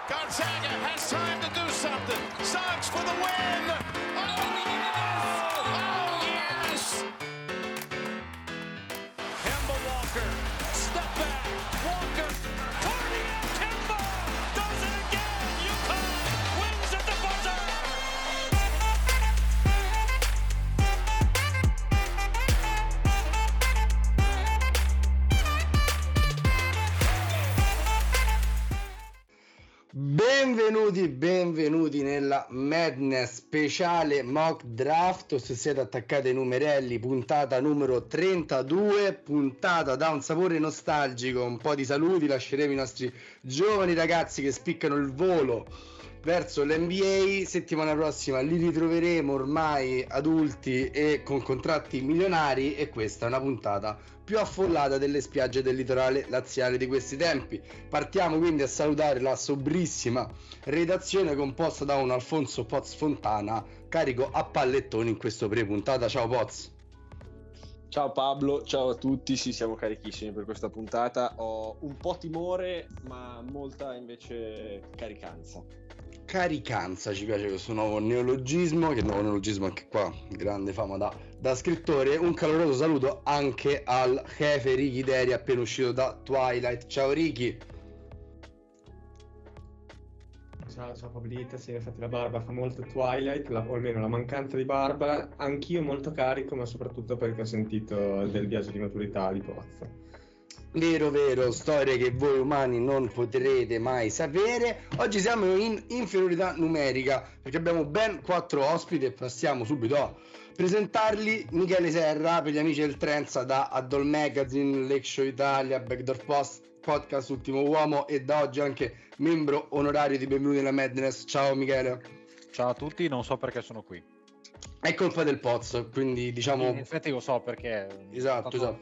Gonzaga has time to do something. Suggs for the win. Oh, yes! Kemba Walker, step back. Walker, Cardiac Kemba does it again. UConn wins at the buzzer. Benvenuti nella Madness speciale mock draft. Se siete attaccati ai numerelli, puntata numero 32, puntata da un sapore nostalgico. Un po' di saluti lasceremo i nostri giovani ragazzi che spiccano il volo verso l'NBA. Settimana prossima li ritroveremo ormai adulti e con contratti milionari, e questa è una puntata più affollata delle spiagge del litorale laziale di questi tempi. Partiamo quindi a salutare la sobrissima redazione composta da un Alfonso Poz Fontana carico a pallettoni in questo pre-puntata. Ciao Poz. Ciao Pablo, ciao a tutti. Sì, siamo carichissimi per questa puntata. Ho un po' timore, ma molta invece caricanza. Caricanza, ci piace questo nuovo neologismo, che nuovo neologismo anche qua, grande fama da scrittore. Un caloroso saluto anche al jefe Ricky Deri, appena uscito da Twilight. Ciao Ricky. Ciao Pablita, sì, infatti la barba fa molto Twilight, o almeno la mancanza di barba. Anch'io molto carico, ma soprattutto perché ho sentito del viaggio di maturità di Pozzo. Vero, storie che voi umani non potrete mai sapere. Oggi siamo in inferiorità numerica perché abbiamo ben 4 ospiti e passiamo subito a presentarli. Michele Serra, per gli amici del Trenza, da Addol Magazine, Lake Show Italia, Backdoor Post, Podcast Ultimo Uomo, e da oggi anche membro onorario di Benvenuti nella Madness. Ciao Michele. Ciao a tutti, non so perché sono qui. È colpa del Poz, quindi diciamo... In effetti lo so perché esatto.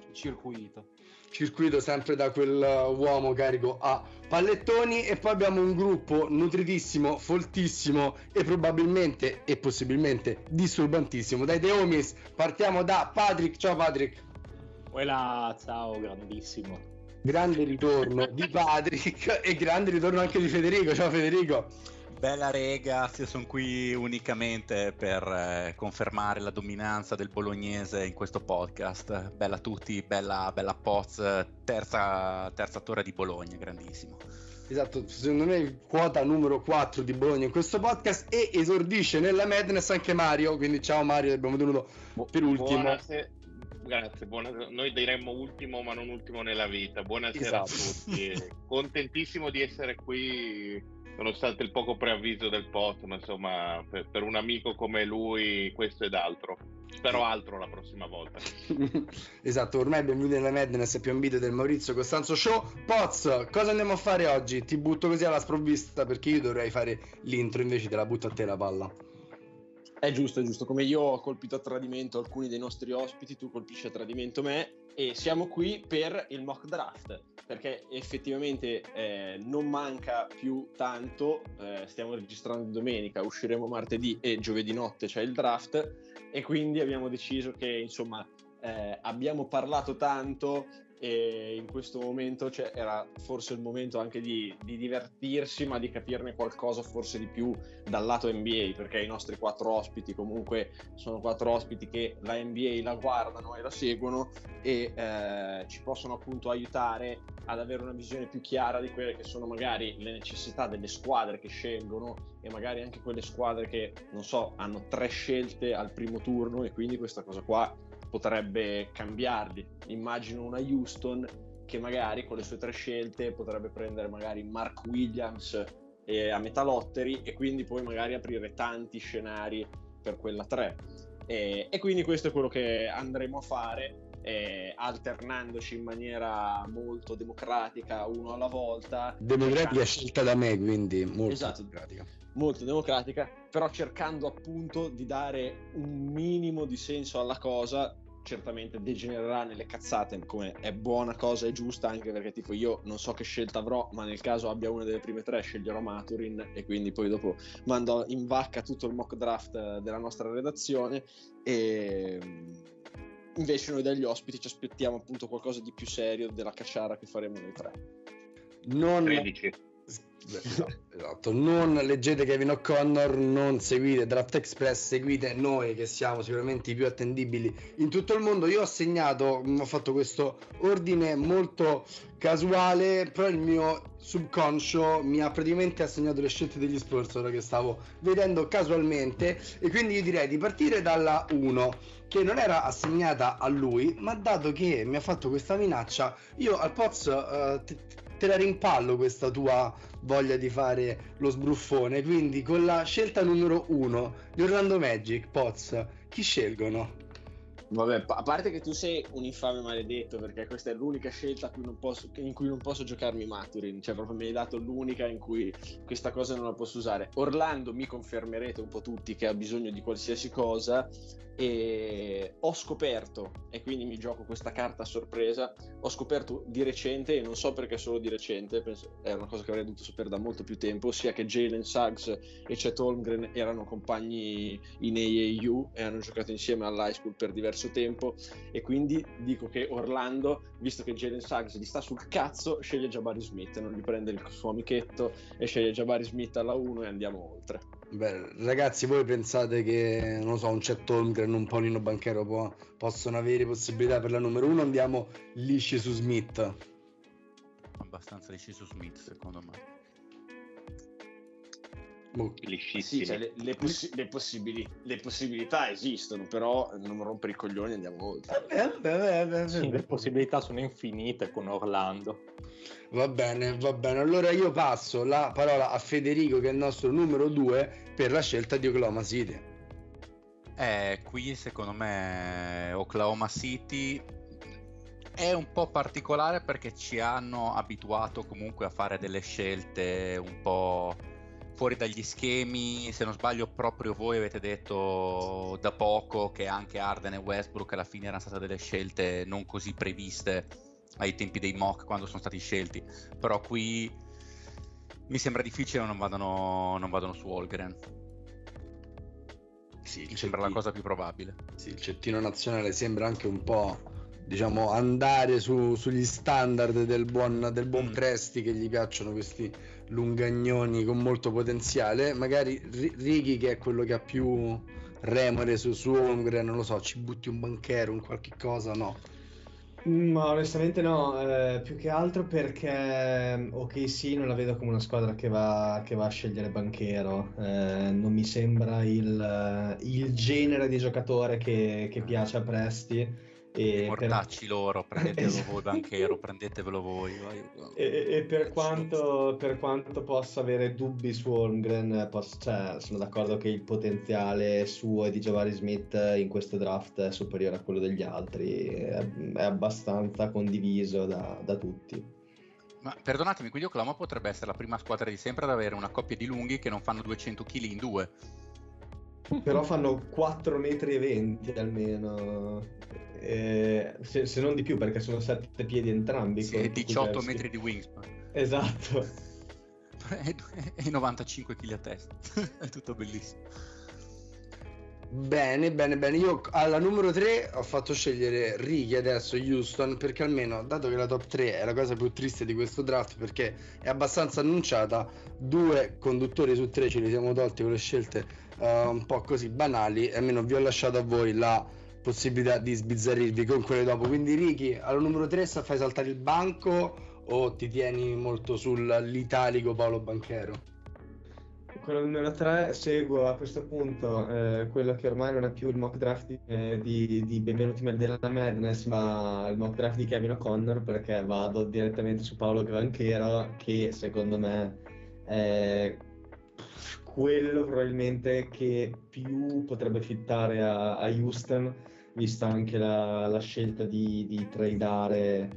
Circuito sempre da quel uomo carico a pallettoni. E poi abbiamo un gruppo nutritissimo, foltissimo e probabilmente e possibilmente disturbantissimo dai The Homies. Partiamo da Patrick. Ciao Patrick. Quella, ciao, grandissimo. Grande ritorno di Patrick e grande ritorno anche di Federico. Ciao Federico. Bella rega, sono qui unicamente per confermare la dominanza del bolognese in questo podcast. Bella a tutti, bella Poz, terza torre di Bologna, grandissimo. Esatto, secondo me quota numero 4 di Bologna in questo podcast, e esordisce nella Madness anche Mario, quindi ciao Mario, abbiamo tenuto per ultimo. Buonasera. Grazie, noi diremmo ultimo ma non ultimo nella vita. Buonasera a tutti, contentissimo di essere qui nonostante il poco preavviso del post, ma insomma per un amico come lui questo ed altro. Spero altro la prossima volta. Esatto, ormai benvenuti nella Madness, è più ambito del Maurizio Costanzo Show. Poz, cosa andiamo a fare oggi? Ti butto così alla sprovvista perché io dovrei fare l'intro, invece te la butto a te la palla. È giusto, come io ho colpito a tradimento alcuni dei nostri ospiti, tu colpisci a tradimento me, e siamo qui per il mock draft, perché effettivamente non manca più tanto. Stiamo registrando domenica, usciremo martedì e giovedì notte c'è il draft, e quindi abbiamo deciso che insomma abbiamo parlato tanto e in questo momento era forse il momento anche di divertirsi, ma di capirne qualcosa forse di più dal lato NBA, perché i nostri 4 ospiti comunque sono 4 ospiti che la NBA la guardano e la seguono, e ci possono appunto aiutare ad avere una visione più chiara di quelle che sono magari le necessità delle squadre che scelgono, e magari anche quelle squadre che, non so, hanno 3 scelte al primo turno, e quindi questa cosa qua potrebbe cambiarli. Immagino una Houston che magari con le sue 3 scelte potrebbe prendere magari Mark Williams a metà lottery, e quindi poi magari aprire tanti scenari per quella 3, e quindi questo è quello che andremo a fare, alternandoci in maniera molto democratica, uno alla volta. Democratica scelta da me, quindi molto esatto, democratica. Molto democratica, però cercando appunto di dare un minimo di senso alla cosa. Certamente degenererà nelle cazzate, come è buona cosa e giusta, anche perché tipo io non so che scelta avrò, ma nel caso abbia una delle prime 3 sceglierò Maturin, e quindi poi dopo mando in vacca tutto il mock draft della nostra redazione. E invece noi dagli ospiti ci aspettiamo appunto qualcosa di più serio della cacciara che faremo noi 3. Non 13. Esatto. Non leggete Kevin O'Connor, non seguite Draft Express, seguite noi che siamo sicuramente i più attendibili in tutto il mondo. Io ho fatto questo ordine molto casuale, però il mio subconscio mi ha praticamente assegnato le scelte degli Spurs ora che stavo vedendo casualmente, e quindi io direi di partire dalla 1, che non era assegnata a lui, ma dato che mi ha fatto questa minaccia, io al Poz te la rimpallo questa tua voglia di fare lo sbruffone. Quindi con la scelta numero 1 di Orlando Magic, Poz, chi scelgono? Vabbè, a parte che tu sei un infame maledetto, perché questa è l'unica scelta in cui non posso giocarmi Maturin, cioè proprio mi hai dato l'unica in cui questa cosa non la posso usare. Orlando, mi confermerete un po' tutti che ha bisogno di qualsiasi cosa, e ho scoperto, e quindi mi gioco questa carta a sorpresa, ho scoperto di recente, e non so perché solo di recente, penso, è una cosa che avrei dovuto sapere da molto più tempo, sia che Jalen Suggs e Chet Holmgren erano compagni in AAU e hanno giocato insieme all'high school per diverso tempo, e quindi dico che Orlando, visto che Jalen Suggs gli sta sul cazzo, sceglie Jabari Smith, non gli prende il suo amichetto e sceglie Jabari Smith alla 1 e andiamo oltre. Beh, ragazzi, voi pensate che, non lo so, un Chet Holmgren, un Paulino Banchero possono avere possibilità per la numero 1? Andiamo lisci su Smith. Abbastanza lisci su Smith, secondo me. Sì, cioè, le possibilità esistono, però non rompere i coglioni, andiamo oltre. Sì, le possibilità sono infinite con Orlando. Va bene. Allora io passo la parola a Federico, che è il nostro numero 2, per la scelta di Oklahoma City. Qui secondo me Oklahoma City è un po' particolare perché ci hanno abituato comunque a fare delle scelte un po' fuori dagli schemi. Se non sbaglio, proprio voi avete detto da poco che anche Harden e Westbrook alla fine erano state delle scelte non così previste ai tempi dei mock quando sono stati scelti, però qui mi sembra difficile non vadano su Holmgren. Sì, mi sembra la cosa più probabile. Sì, il cettino nazionale sembra anche un po', diciamo, andare sugli standard del buon Presti, che gli piacciono questi lungagnoni con molto potenziale. Magari Ricky, che è quello che ha più remore su Holmgren, non lo so, ci butti un Banchero, un qualche cosa, no? Ma onestamente no, più che altro perché OKC non la vedo come una squadra che va a scegliere Banchero. Non mi sembra il genere di giocatore che piace a Presti. Mortacci loro, prendetevelo voi Banchero, prendetevelo voi. E per quanto possa avere dubbi su Holmgren, sono d'accordo che il potenziale suo e di Jabari Smith in questo draft è superiore a quello degli altri, è abbastanza condiviso da tutti. Ma perdonatemi, quindi Oklahoma potrebbe essere la prima squadra di sempre ad avere una coppia di lunghi che non fanno 200 kg in due. Però fanno 4,20 metri almeno. Se non di più, perché sono 7 piedi entrambi. Sì, 18 metri di wingspan. Esatto. E 95 kg a testa. È tutto bellissimo. Bene. Io alla numero 3 ho fatto scegliere Ricky adesso, Houston, perché almeno, dato che la top 3 è la cosa più triste di questo draft, perché è abbastanza annunciata, 2 conduttori su 3 ce li siamo tolti con le scelte un po' così banali, e almeno vi ho lasciato a voi la possibilità di sbizzarrirvi con quelle dopo. Quindi Ricky, alla numero 3 fai saltare il banco o ti tieni molto sull'italico Paolo Banchero? Quello numero 3 seguo a questo punto quello che ormai non è più il mock draft di Benvenuti della Madness, ma il mock draft di Kevin O'Connor, perché vado direttamente su Paolo Banchero, che secondo me è quello probabilmente che più potrebbe fittare a Houston, vista anche la scelta di tradare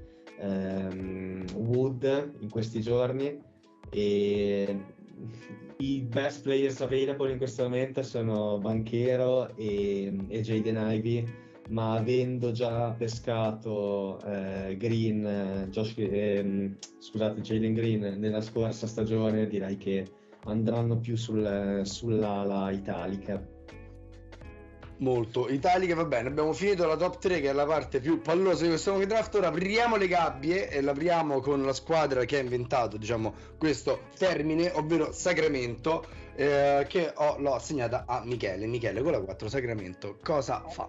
Wood in questi giorni, e i best players available in questo momento sono Banchero e Jaden Ivey, ma avendo già pescato Jalen Green nella scorsa stagione, direi che andranno più sull'ala italica. molto italiche. Va bene, abbiamo finito la top 3, che è la parte più pallosa di questo mock draft. Ora apriamo le gabbie e l'apriamo con la squadra che ha inventato, diciamo, questo termine, ovvero Sacramento, che l'ho assegnata a Michele con la 4. Sacramento cosa fa?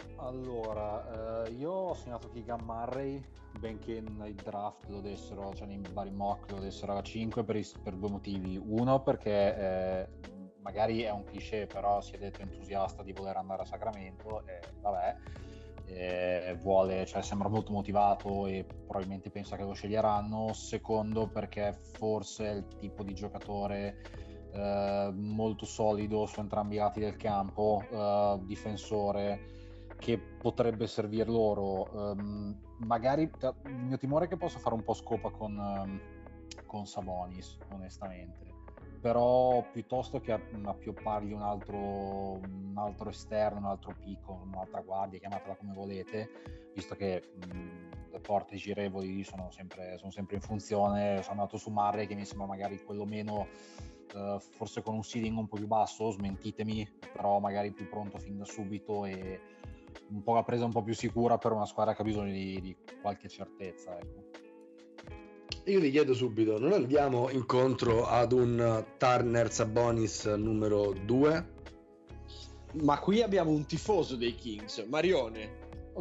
Allora, io ho segnato Keegan Murray, benché nei draft lo dessero, cioè nei vari mock lo dessero a 5 per due motivi. Uno, perché magari è un cliché, però si è detto entusiasta di voler andare a Sacramento e vabbè, vuole, cioè sembra molto motivato e probabilmente pensa che lo sceglieranno. Secondo, perché forse è il tipo di giocatore molto solido su entrambi i lati del campo, difensore, che potrebbe servir loro. Magari il mio timore è che possa fare un po' scopa con Sabonis, onestamente, però piuttosto che appioppargli un altro esterno, un altro picco, un'altra guardia, chiamatela come volete, visto che le porte girevoli sono sempre in funzione. Sono andato su Murray, che mi sembra magari quello meno, forse con un ceiling un po' più basso, smentitemi, però magari più pronto fin da subito e un po' la presa un po' più sicura per una squadra che ha bisogno di qualche certezza, ecco. Io vi chiedo subito, non andiamo incontro ad un Turner Sabonis numero 2? Ma qui abbiamo un tifoso dei Kings, Marione.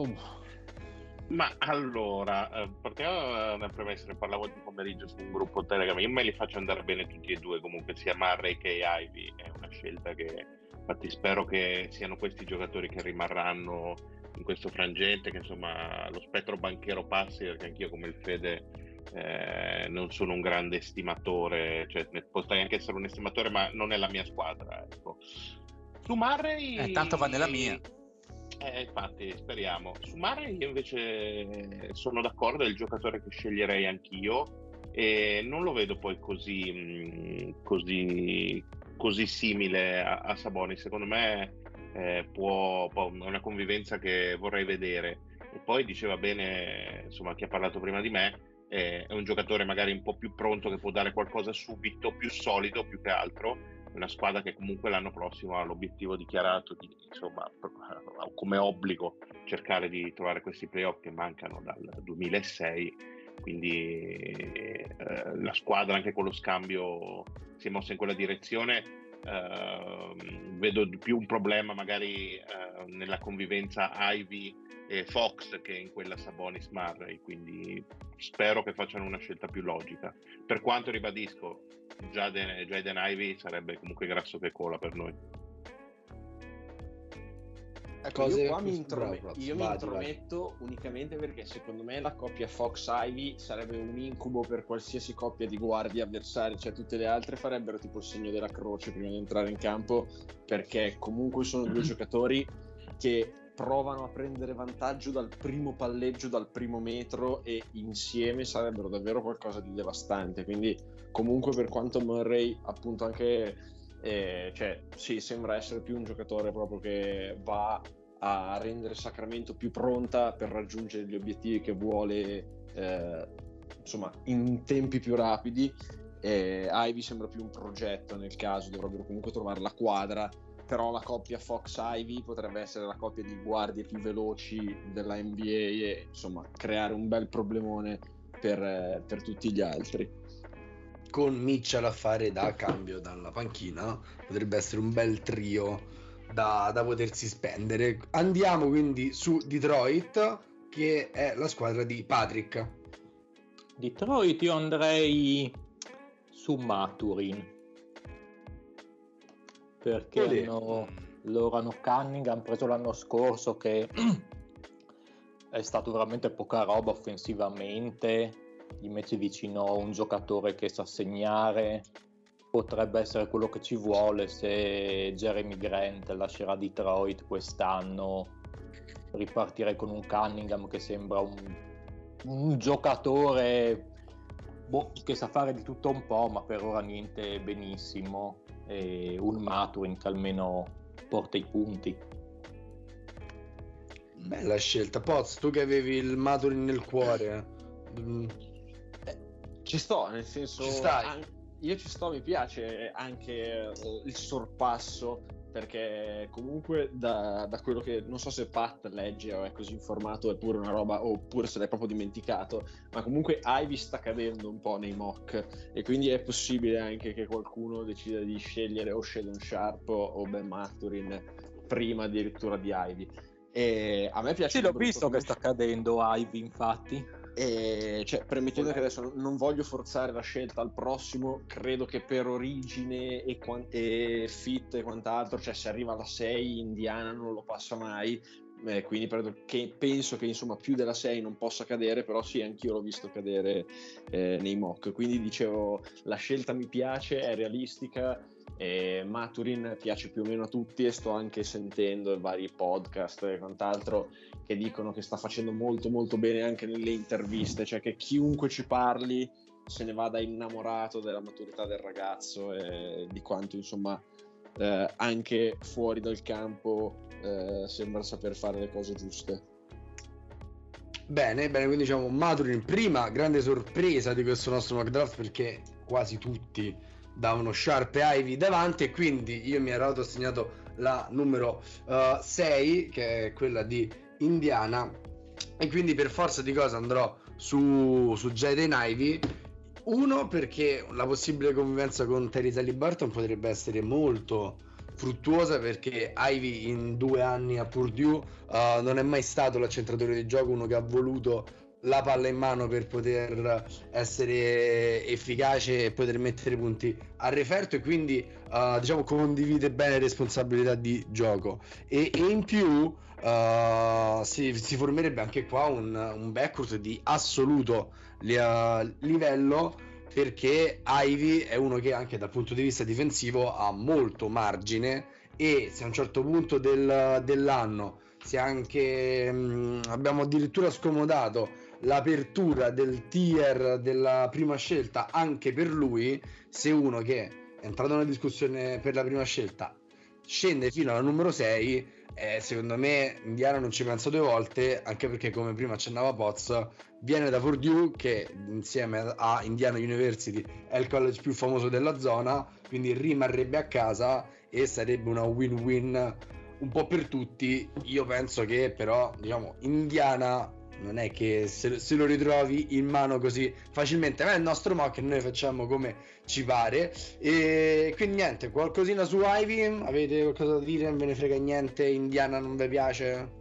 Ma allora, partiamo da premessa, ne parlavo di pomeriggio su un gruppo Telegram. Io me li faccio andare bene tutti e due, comunque sia Murray che Ivy. È una scelta che, infatti, spero che siano questi giocatori che rimarranno in questo frangente, che insomma lo spettro banchero passi, perché anch'io come il Fede non sono un grande estimatore, cioè potrei anche essere un estimatore, ma non è la mia squadra, ecco. Su Murray tanto va nella mia. Infatti, speriamo. Su Murray io invece sono d'accordo, è il giocatore che sceglierei anch'io, e non lo vedo poi così simile a Sabonis. Secondo me è una convivenza che vorrei vedere. E poi diceva bene, insomma, chi ha parlato prima di me, è un giocatore magari un po' più pronto, che può dare qualcosa subito, più solido più che altro. Una squadra che comunque l'anno prossimo ha l'obiettivo dichiarato di, insomma, come obbligo, cercare di trovare questi playoff che mancano dal 2006, quindi la squadra anche con lo scambio si è mossa in quella direzione. Vedo più un problema magari nella convivenza Ivy e Fox che in quella Sabonis Murray, quindi spero che facciano una scelta più logica. Per quanto ribadisco, Jaden Ivey sarebbe comunque grasso che cola per noi. Ecco, io qua mi intrometto unicamente perché secondo me la coppia Fox-Ivy sarebbe un incubo per qualsiasi coppia di guardie avversarie, cioè tutte le altre farebbero tipo il segno della croce prima di entrare in campo, perché comunque sono due giocatori che provano a prendere vantaggio dal primo palleggio, dal primo metro, e insieme sarebbero davvero qualcosa di devastante. Quindi comunque, per quanto Murray appunto anche cioè sì, sembra essere più un giocatore proprio che va a rendere Sacramento più pronta per raggiungere gli obiettivi che vuole, insomma, in tempi più rapidi, Ivy sembra più un progetto. Nel caso dovrebbero comunque trovare la quadra, però la coppia Fox-Ivy potrebbe essere la coppia di guardie più veloci della NBA e insomma creare un bel problemone per tutti gli altri. Con Mitchell a fare da cambio dalla panchina potrebbe essere un bel trio da potersi spendere. Andiamo quindi su Detroit, che è la squadra di Patrick. Detroit io andrei su Maturin, perché loro hanno Cunningham preso l'anno scorso, che è stato veramente poca roba offensivamente. Gli metti vicino un giocatore che sa segnare, potrebbe essere quello che ci vuole se Jeremy Grant lascerà Detroit quest'anno. Ripartirei con un Cunningham che sembra un giocatore che sa fare di tutto un po', ma per ora niente benissimo, e un Maturin che almeno porta i punti. Bella scelta. Poz, tu che avevi il Maturin nel cuore, ci sto, nel senso, ci stai? io ci sto, mi piace anche il sorpasso perché comunque da quello che non so se Pat legge o è così informato è pure una roba, oppure se l'è proprio dimenticato, ma comunque Ivy sta cadendo un po' nei mock, e quindi è possibile anche che qualcuno decida di scegliere o Sheldon Sharp o Ben Mathurin prima addirittura di Ivy. E a me piace. Sì, l'ho visto che sta cadendo Ivy, infatti. E cioè, premettendo che adesso non voglio forzare la scelta al prossimo, credo che per origine e fit e quant'altro, cioè se arriva alla 6 Indiana non lo passa mai, quindi penso che insomma più della 6 non possa cadere, però sì, anch'io l'ho visto cadere nei mock, quindi dicevo la scelta mi piace, è realistica. Mathurin piace più o meno a tutti, e sto anche sentendo vari podcast e quant'altro che dicono che sta facendo molto molto bene anche nelle interviste, cioè che chiunque ci parli se ne vada innamorato della maturità del ragazzo e di quanto insomma anche fuori dal campo sembra saper fare le cose giuste. Bene, quindi diciamo Mathurin prima, grande sorpresa di questo nostro mock draft, perché quasi tutti davano Sharp e Ivy davanti, e quindi io mi ero autosegnato la numero 6, che è quella di Indiana, e quindi per forza di cosa andrò su Jaden Ivey. Uno, perché la possibile convivenza con Tyrese Haliburton potrebbe essere molto fruttuosa, perché Ivey in 2 anni a Purdue non è mai stato l'accentratore di gioco, uno che ha voluto la palla in mano per poter essere efficace e poter mettere punti a referto, e quindi diciamo condivide bene responsabilità di gioco, e in più si formerebbe anche qua un backcourt di assoluto livello, perché Ivey è uno che anche dal punto di vista difensivo ha molto margine, e se a un certo punto dell'anno se anche abbiamo addirittura scomodato l'apertura del tier della prima scelta anche per lui, se uno che è entrato nella discussione per la prima scelta scende fino alla numero 6, secondo me Indiana non ci pensa 2 volte, anche perché, come prima accennava Poz, viene da Purdue, che insieme a Indiana University è il college più famoso della zona, quindi rimarrebbe a casa e sarebbe una win-win un po' per tutti. Io penso che però, diciamo, Indiana non è che se lo ritrovi in mano così facilmente, ma è il nostro mock e noi facciamo come ci pare. E quindi niente, qualcosina su Ivy? Avete qualcosa da dire? Non ve ne frega niente? Indiana non vi piace?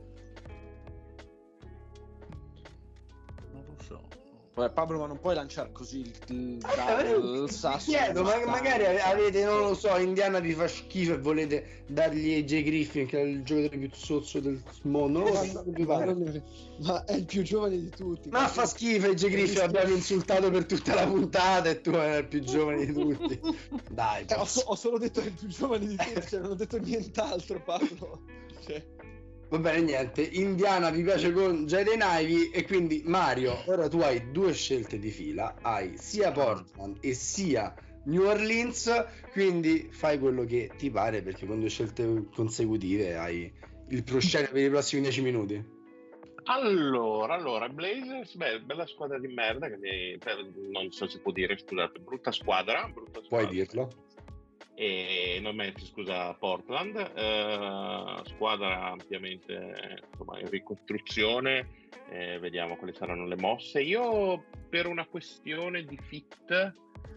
Non lo so. Vabbè, Pablo, ma non puoi lanciare così il sasso. Chiedo, ma magari avete, non lo so, Indiana vi fa schifo e volete dargli AJ Griffin, che è il giocatore più sozzo del mondo. Ma è il più giovane di tutti. Ma fa schifo AJ Griffin, l'abbiamo insultato per tutta la puntata e tu è il più giovane di tutti. Dai, ho solo detto che è il più giovane di tutti, cioè non ho detto nient'altro, Pablo. Cioè. Va bene, niente, Indiana vi piace con Jaden Ivey, e quindi Mario, ora tu hai 2 scelte di fila, hai sia Portland e sia New Orleans, quindi fai quello che ti pare, perché con 2 scelte consecutive hai il proscenio per i prossimi 10 minuti. Allora, Blazers, bella squadra di merda, che non so se può dire, scusate, brutta squadra. Puoi dirlo. E non metti, scusa, Portland, squadra ampiamente insomma in ricostruzione, vediamo quali saranno le mosse. Io, per una questione di fit,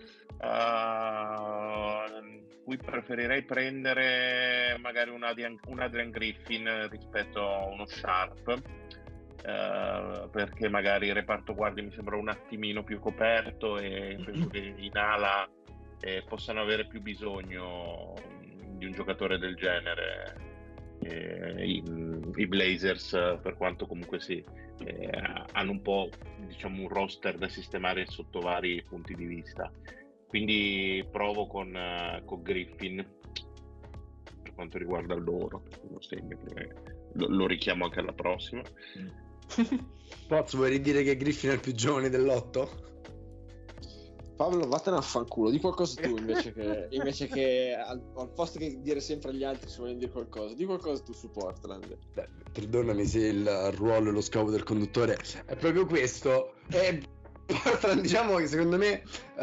cui preferirei prendere magari un Adrian Griffin rispetto a uno Sharp, perché magari il reparto guardia mi sembra un attimino più coperto, e penso che in ala possano avere più bisogno di un giocatore del genere i Blazers, per quanto comunque hanno un po', diciamo, un roster da sistemare sotto vari punti di vista, quindi provo con Griffin per quanto riguarda loro, lo segno, lo richiamo anche alla prossima. Poz, vuoi dire che Griffin è il più giovane dell'8? Pablo, vattene a fanculo, di qualcosa tu invece che al posto che dire sempre agli altri se vogliono dire qualcosa, di qualcosa tu su Portland. Perdonami se il ruolo e lo scopo del conduttore è proprio questo. Portland, diciamo che secondo me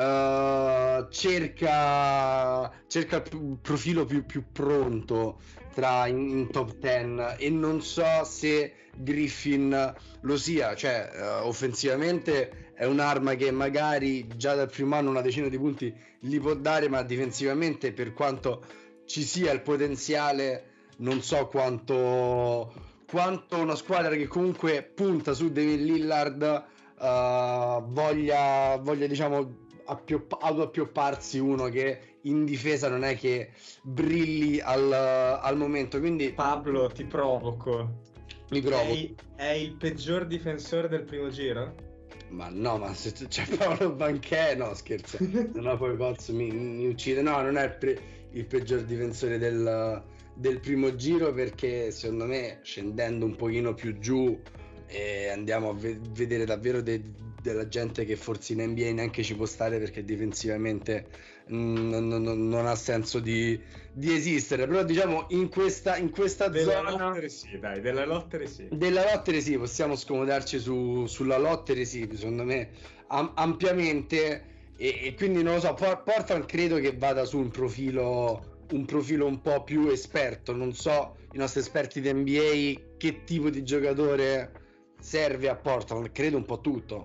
cerca il profilo più pronto in top 10, e non so se Griffin lo sia. Cioè offensivamente è un'arma che magari già dal primo anno una decina di punti li può dare, ma difensivamente, per quanto ci sia il potenziale, non so quanto una squadra che comunque punta su Damian Lillard voglia diciamo autoappiopparsi uno che in difesa non è che brilli al momento. Quindi Pablo, ti provoco. mi provo. È il peggior difensore del primo giro? Ma no, ma se c'è Paolo Banchè, no scherzo, no, poi Pozzo mi uccide. No, non è il peggior difensore del primo giro, perché secondo me, scendendo un pochino più giù, andiamo a vedere davvero della gente che forse in NBA neanche ci può stare, perché difensivamente non ha senso di esistere. Però diciamo in questa Della zona lottery sì, dai, della lottery sì. della lottery sì, possiamo scomodarci sulla lottery sì, secondo me ampiamente, e quindi non lo so, Portland credo che vada su un profilo un po' più esperto. Non so, i nostri esperti di NBA, che tipo di giocatore serve a Portland. Credo un po' tutto.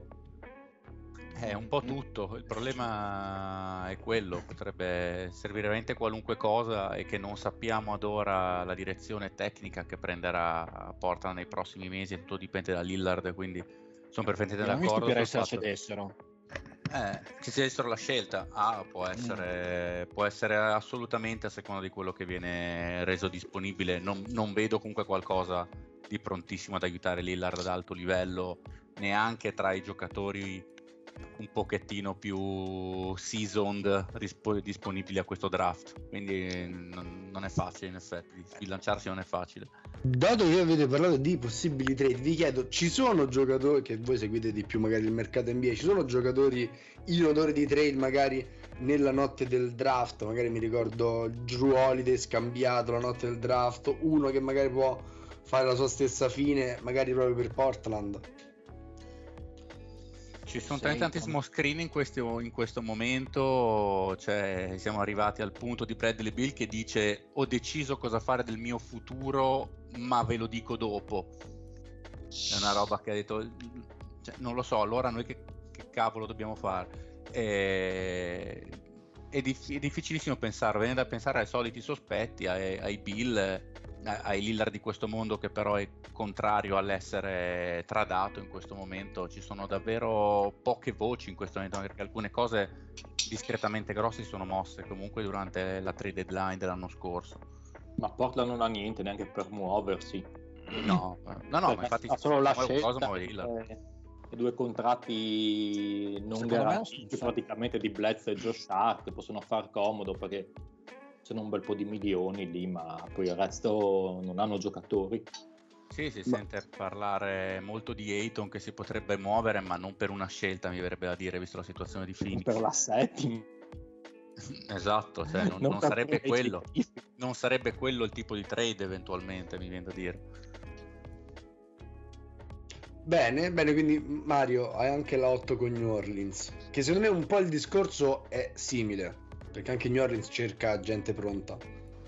È un po' tutto, il problema è quello, potrebbe servire veramente qualunque cosa, e che non sappiamo ad ora la direzione tecnica che prenderà Portland nei prossimi mesi. Tutto dipende da Lillard, quindi sono perfettamente Non mi d'accordo stupirei sul se la fatto cedessero. che si dessero la scelta. Può essere assolutamente a seconda di quello che viene reso disponibile. Non vedo comunque qualcosa di prontissimo ad aiutare Lillard ad alto livello, neanche tra i giocatori un pochettino più seasoned disponibili a questo draft, quindi non è facile, in effetti sbilanciarsi non è facile. Dato che avete parlato di possibili trade, vi chiedo, ci sono giocatori, che voi seguite di più magari il mercato NBA, ci sono giocatori in odore di trade magari nella notte del draft? Magari mi ricordo Jrue Holiday scambiato la notte del draft, uno che magari può fare la sua stessa fine magari proprio per Portland. Ci sono tantissimo screen in questo momento. Cioè, siamo arrivati al punto di Bradley Beal che dice: ho deciso cosa fare del mio futuro, ma ve lo dico dopo. È una roba che ha detto, cioè, non lo so, allora noi che cavolo dobbiamo fare? È difficilissimo pensare, viene da pensare ai soliti sospetti, ai Bill, ai Lillard di questo mondo, che però è contrario all'essere tradato in questo momento. Ci sono davvero poche voci in questo momento, perché alcune cose discretamente grosse si sono mosse comunque durante la trade deadline dell'anno scorso. Ma Portland non ha niente neanche per muoversi. No, ma infatti ha solo la cosa scelta muove Lillard. e due contratti non Secondo me garantiti praticamente di Bledsoe e Josh Hart, che possono far comodo perché sono un bel po' di milioni lì, ma poi il resto non hanno giocatori. Sì, si sente parlare molto di Ayton che si potrebbe muovere, ma non per una scelta, mi verrebbe da dire, visto la situazione di Phoenix. Per la settima. Esatto, cioè non sarebbe quello. Non sarebbe quello il tipo di trade eventualmente, mi viene da dire. Bene, quindi Mario, hai anche la 8 con New Orleans, che secondo me un po' il discorso è simile, perché anche New Orleans cerca gente pronta.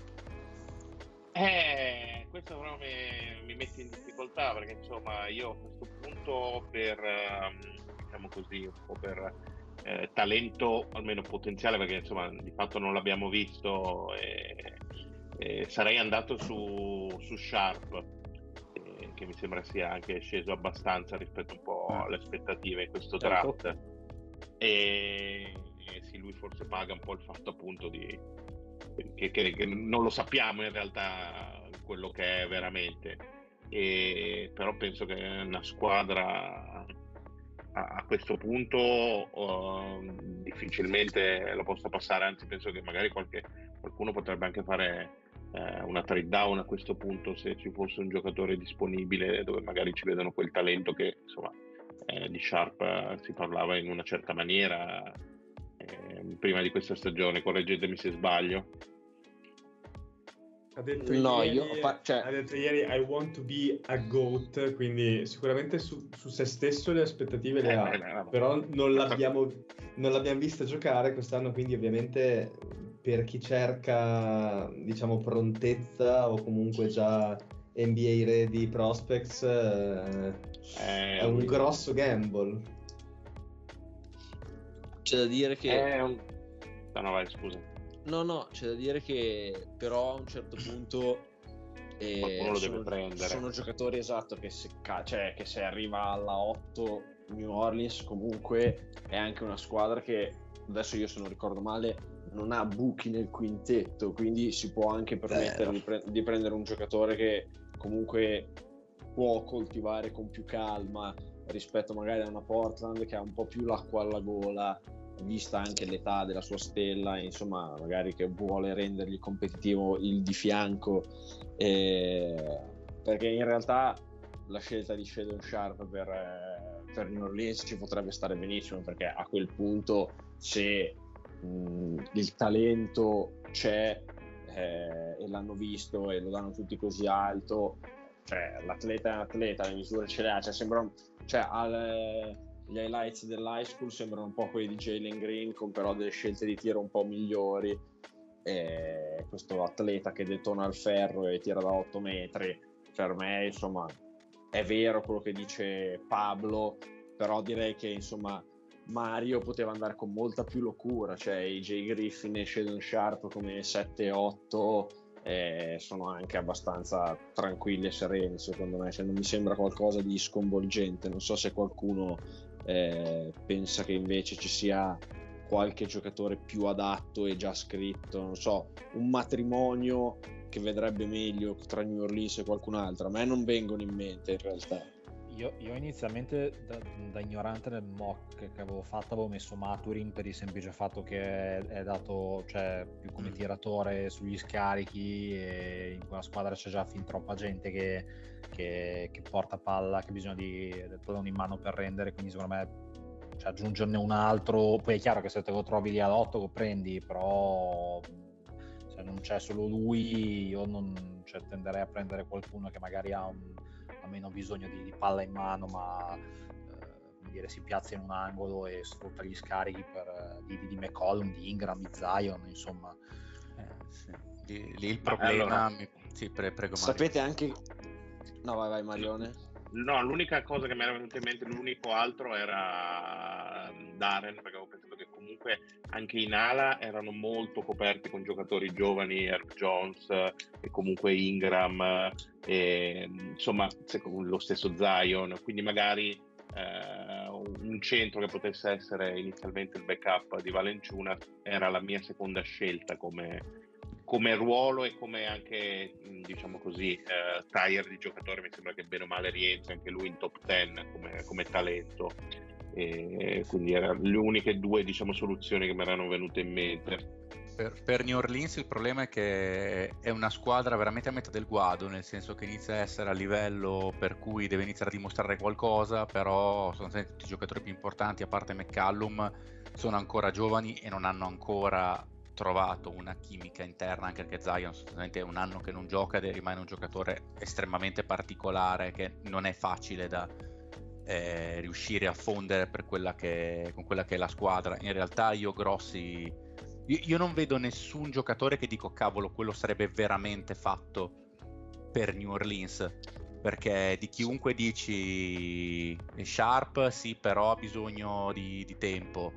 Questo però mi mette in difficoltà, perché insomma io a questo punto diciamo così, un po' per talento almeno potenziale, perché insomma di fatto non l'abbiamo visto, sarei andato su Sharp, che mi sembra sia anche sceso abbastanza rispetto un po' alle aspettative in questo draft, e sì, lui forse paga un po' il fatto appunto che non lo sappiamo in realtà quello che è veramente, però penso che una squadra a questo punto difficilmente lo possa passare, anzi penso che magari qualcuno potrebbe anche fare una trade down a questo punto, se ci fosse un giocatore disponibile dove magari ci vedono quel talento che insomma di Sharp si parlava in una certa maniera prima di questa stagione. Correggetemi se sbaglio. ha detto No, ieri, cioè, ha detto ieri I want to be a GOAT, quindi sicuramente su se stesso le aspettative le ha, però non l'abbiamo vista giocare quest'anno, quindi ovviamente per chi cerca, diciamo, prontezza o comunque già NBA ready prospects è un grosso gamble. c'è da dire che No, vai, scusa. no, c'è da dire che però a un certo punto Qualcuno lo deve prendere. sono giocatori, esatto, che se arriva alla 8 New Orleans comunque è anche una squadra che, adesso io se non ricordo male, non ha buchi nel quintetto, quindi si può anche permettere di prendere un giocatore che comunque può coltivare con più calma rispetto magari a una Portland che ha un po' più l'acqua alla gola, vista anche l'età della sua stella, insomma, magari che vuole rendergli competitivo il di fianco, perché in realtà la scelta di Shadon Sharp per New Orleans ci potrebbe stare benissimo, perché a quel punto se il talento c'è e l'hanno visto e lo danno tutti così alto, cioè l'atleta è un atleta, le misure ce le ha, cioè sembrano, gli highlights dell'high school sembrano un po' quelli di Jalen Green, con però delle scelte di tiro un po' migliori. Questo atleta che detona il ferro e tira da 8 metri, per me, insomma, è vero quello che dice Pablo, però direi che, insomma, Mario poteva andare con molta più locura, cioè i Jay Griffin e Shadon Sharp come 7-8 sono anche abbastanza tranquilli e sereni, secondo me, cioè non mi sembra qualcosa di sconvolgente. Non so se qualcuno pensa che invece ci sia qualche giocatore più adatto e già scritto, non so, un matrimonio che vedrebbe meglio tra New Orleans e qualcun altro. A me non vengono in mente in realtà. Io inizialmente da ignorante nel mock che avevo fatto avevo messo Maturin per il semplice fatto che è dato, cioè, più come tiratore sugli scarichi, e in quella squadra c'è già fin troppa gente che porta palla, che ha bisogno del pallone in mano per rendere, quindi secondo me, cioè, aggiungerne un altro, poi è chiaro che se te lo trovi lì all'8 lo prendi, però se non c'è solo lui io tenderei a prendere qualcuno che magari ha meno bisogno di palla in mano, ma si piazza in un angolo e sfrutta gli scarichi di McCollum, di Ingram, di Zion, insomma. Sì. Lì il problema... Allora, sì, prego Mario. Sapete anche... No, vai Marione. No, l'unica cosa che mi era venuta in mente, l'unico altro era Darren, perché avevo pensato che comunque anche in ala erano molto coperti con giocatori giovani, Herb Jones e comunque Ingram, e, insomma, lo stesso Zion, quindi magari un centro che potesse essere inizialmente il backup di Valanciunas era la mia seconda scelta come ruolo e come anche, diciamo così, tire di giocatore. Mi sembra che bene o male rientri anche lui in top 10 come talento, e quindi erano le uniche due, diciamo, soluzioni che mi erano venute in mente. Per New Orleans il problema è che è una squadra veramente a metà del guado, nel senso che inizia a essere a livello per cui deve iniziare a dimostrare qualcosa, però sostanzialmente tutti i giocatori più importanti, a parte McCallum, sono ancora giovani e non hanno ancora trovato una chimica interna, anche perché Zion sostanzialmente è un anno che non gioca ed rimane un giocatore estremamente particolare che non è facile da riuscire a fondere con quella che è la squadra. In realtà io non vedo nessun giocatore che dico cavolo, quello sarebbe veramente fatto per New Orleans, perché di chiunque dici Sharp sì, però ha bisogno di tempo,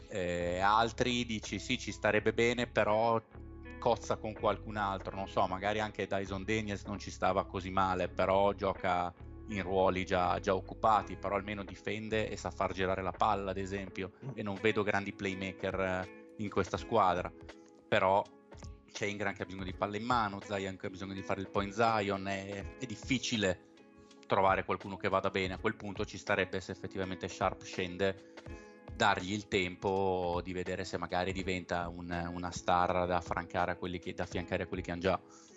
altri dici sì, ci starebbe bene, però cozza con qualcun altro, non so, magari anche Dyson Daniels non ci stava così male, però gioca in ruoli già occupati, però almeno difende e sa far girare la palla, ad esempio, e non vedo grandi playmaker in questa squadra. Però c'è Ingram che ha bisogno di palla in mano, Zion che ha bisogno di fare il point Zion, è difficile trovare qualcuno che vada bene. A quel punto ci starebbe, se effettivamente Sharp scende, dargli il tempo di vedere se magari diventa una star da affiancare a quelli che hanno già.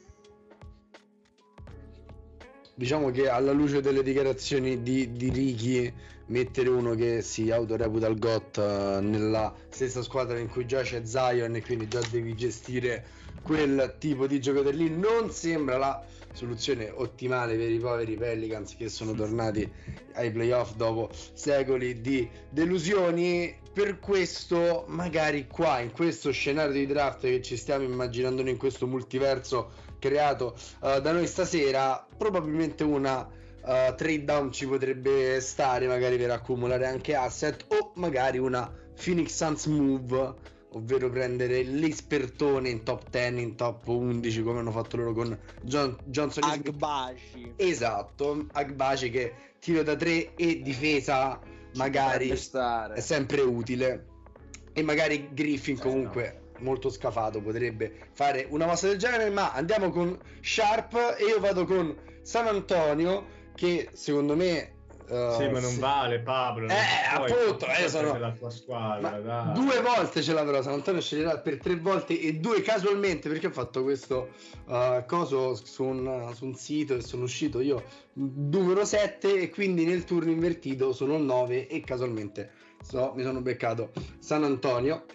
Diciamo che alla luce delle dichiarazioni di Ricky, mettere uno che si autoreputa il GOAT nella stessa squadra in cui già c'è Zion e quindi già devi gestire quel tipo di giocatore lì. Non sembra la soluzione ottimale per i poveri Pelicans che sono tornati ai playoff dopo secoli di delusioni. Per questo magari qua in questo scenario di draft che ci stiamo immaginando noi, in questo multiverso creato da noi stasera, probabilmente una trade down ci potrebbe stare, magari per accumulare anche asset, o magari una Phoenix Suns move, ovvero prendere l'espertone in top 10, in top 11 come hanno fatto loro con Johnson Agbaji. Esatto, Agbaji, che tiro da 3 e difesa magari è sempre utile, e magari Griffin comunque molto scafato potrebbe fare una mossa del genere. Ma andiamo con Sharp e io vado con San Antonio, che secondo me sì, ma non vale, Pablo. Appunto, sono della tua squadra, dai. 2 volte ce l'avrò. San Antonio sceglierà per 3 volte e 2 casualmente, perché ho fatto questo coso su un sito e sono uscito io numero 7 e quindi nel turno invertito sono il 9 e casualmente mi sono beccato San Antonio,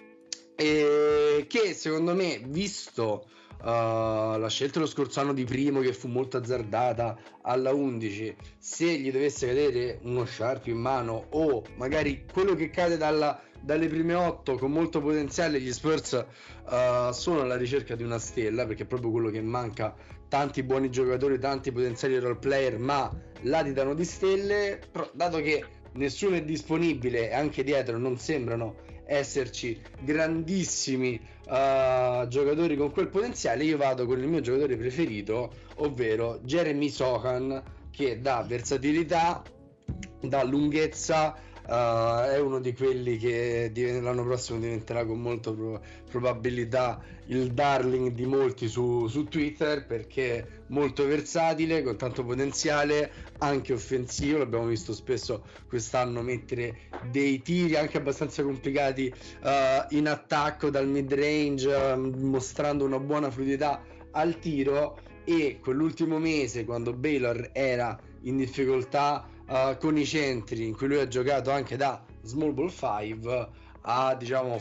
che secondo me, visto la scelta lo scorso anno di Primo, che fu molto azzardata alla 11, se gli dovesse cadere uno Sharp in mano, o magari quello che cade dalle prime 8 con molto potenziale, gli Spurs sono alla ricerca di una stella, perché è proprio quello che manca: tanti buoni giocatori, tanti potenziali role player, ma latitano di stelle. Però, dato che nessuno è disponibile e anche dietro non sembrano esserci grandissimi giocatori con quel potenziale, io vado con il mio giocatore preferito, ovvero Jeremy Sochan, che dà versatilità, dà lunghezza, è uno di quelli che l'anno prossimo diventerà con molta probabilità il darling di molti su Twitter, perché è molto versatile, con tanto potenziale anche offensivo. L'abbiamo visto spesso quest'anno mettere dei tiri anche abbastanza complicati in attacco dal mid range, mostrando una buona fluidità al tiro. E quell'ultimo mese, quando Baylor era in difficoltà con i centri, in cui lui ha giocato anche da small ball 5, ha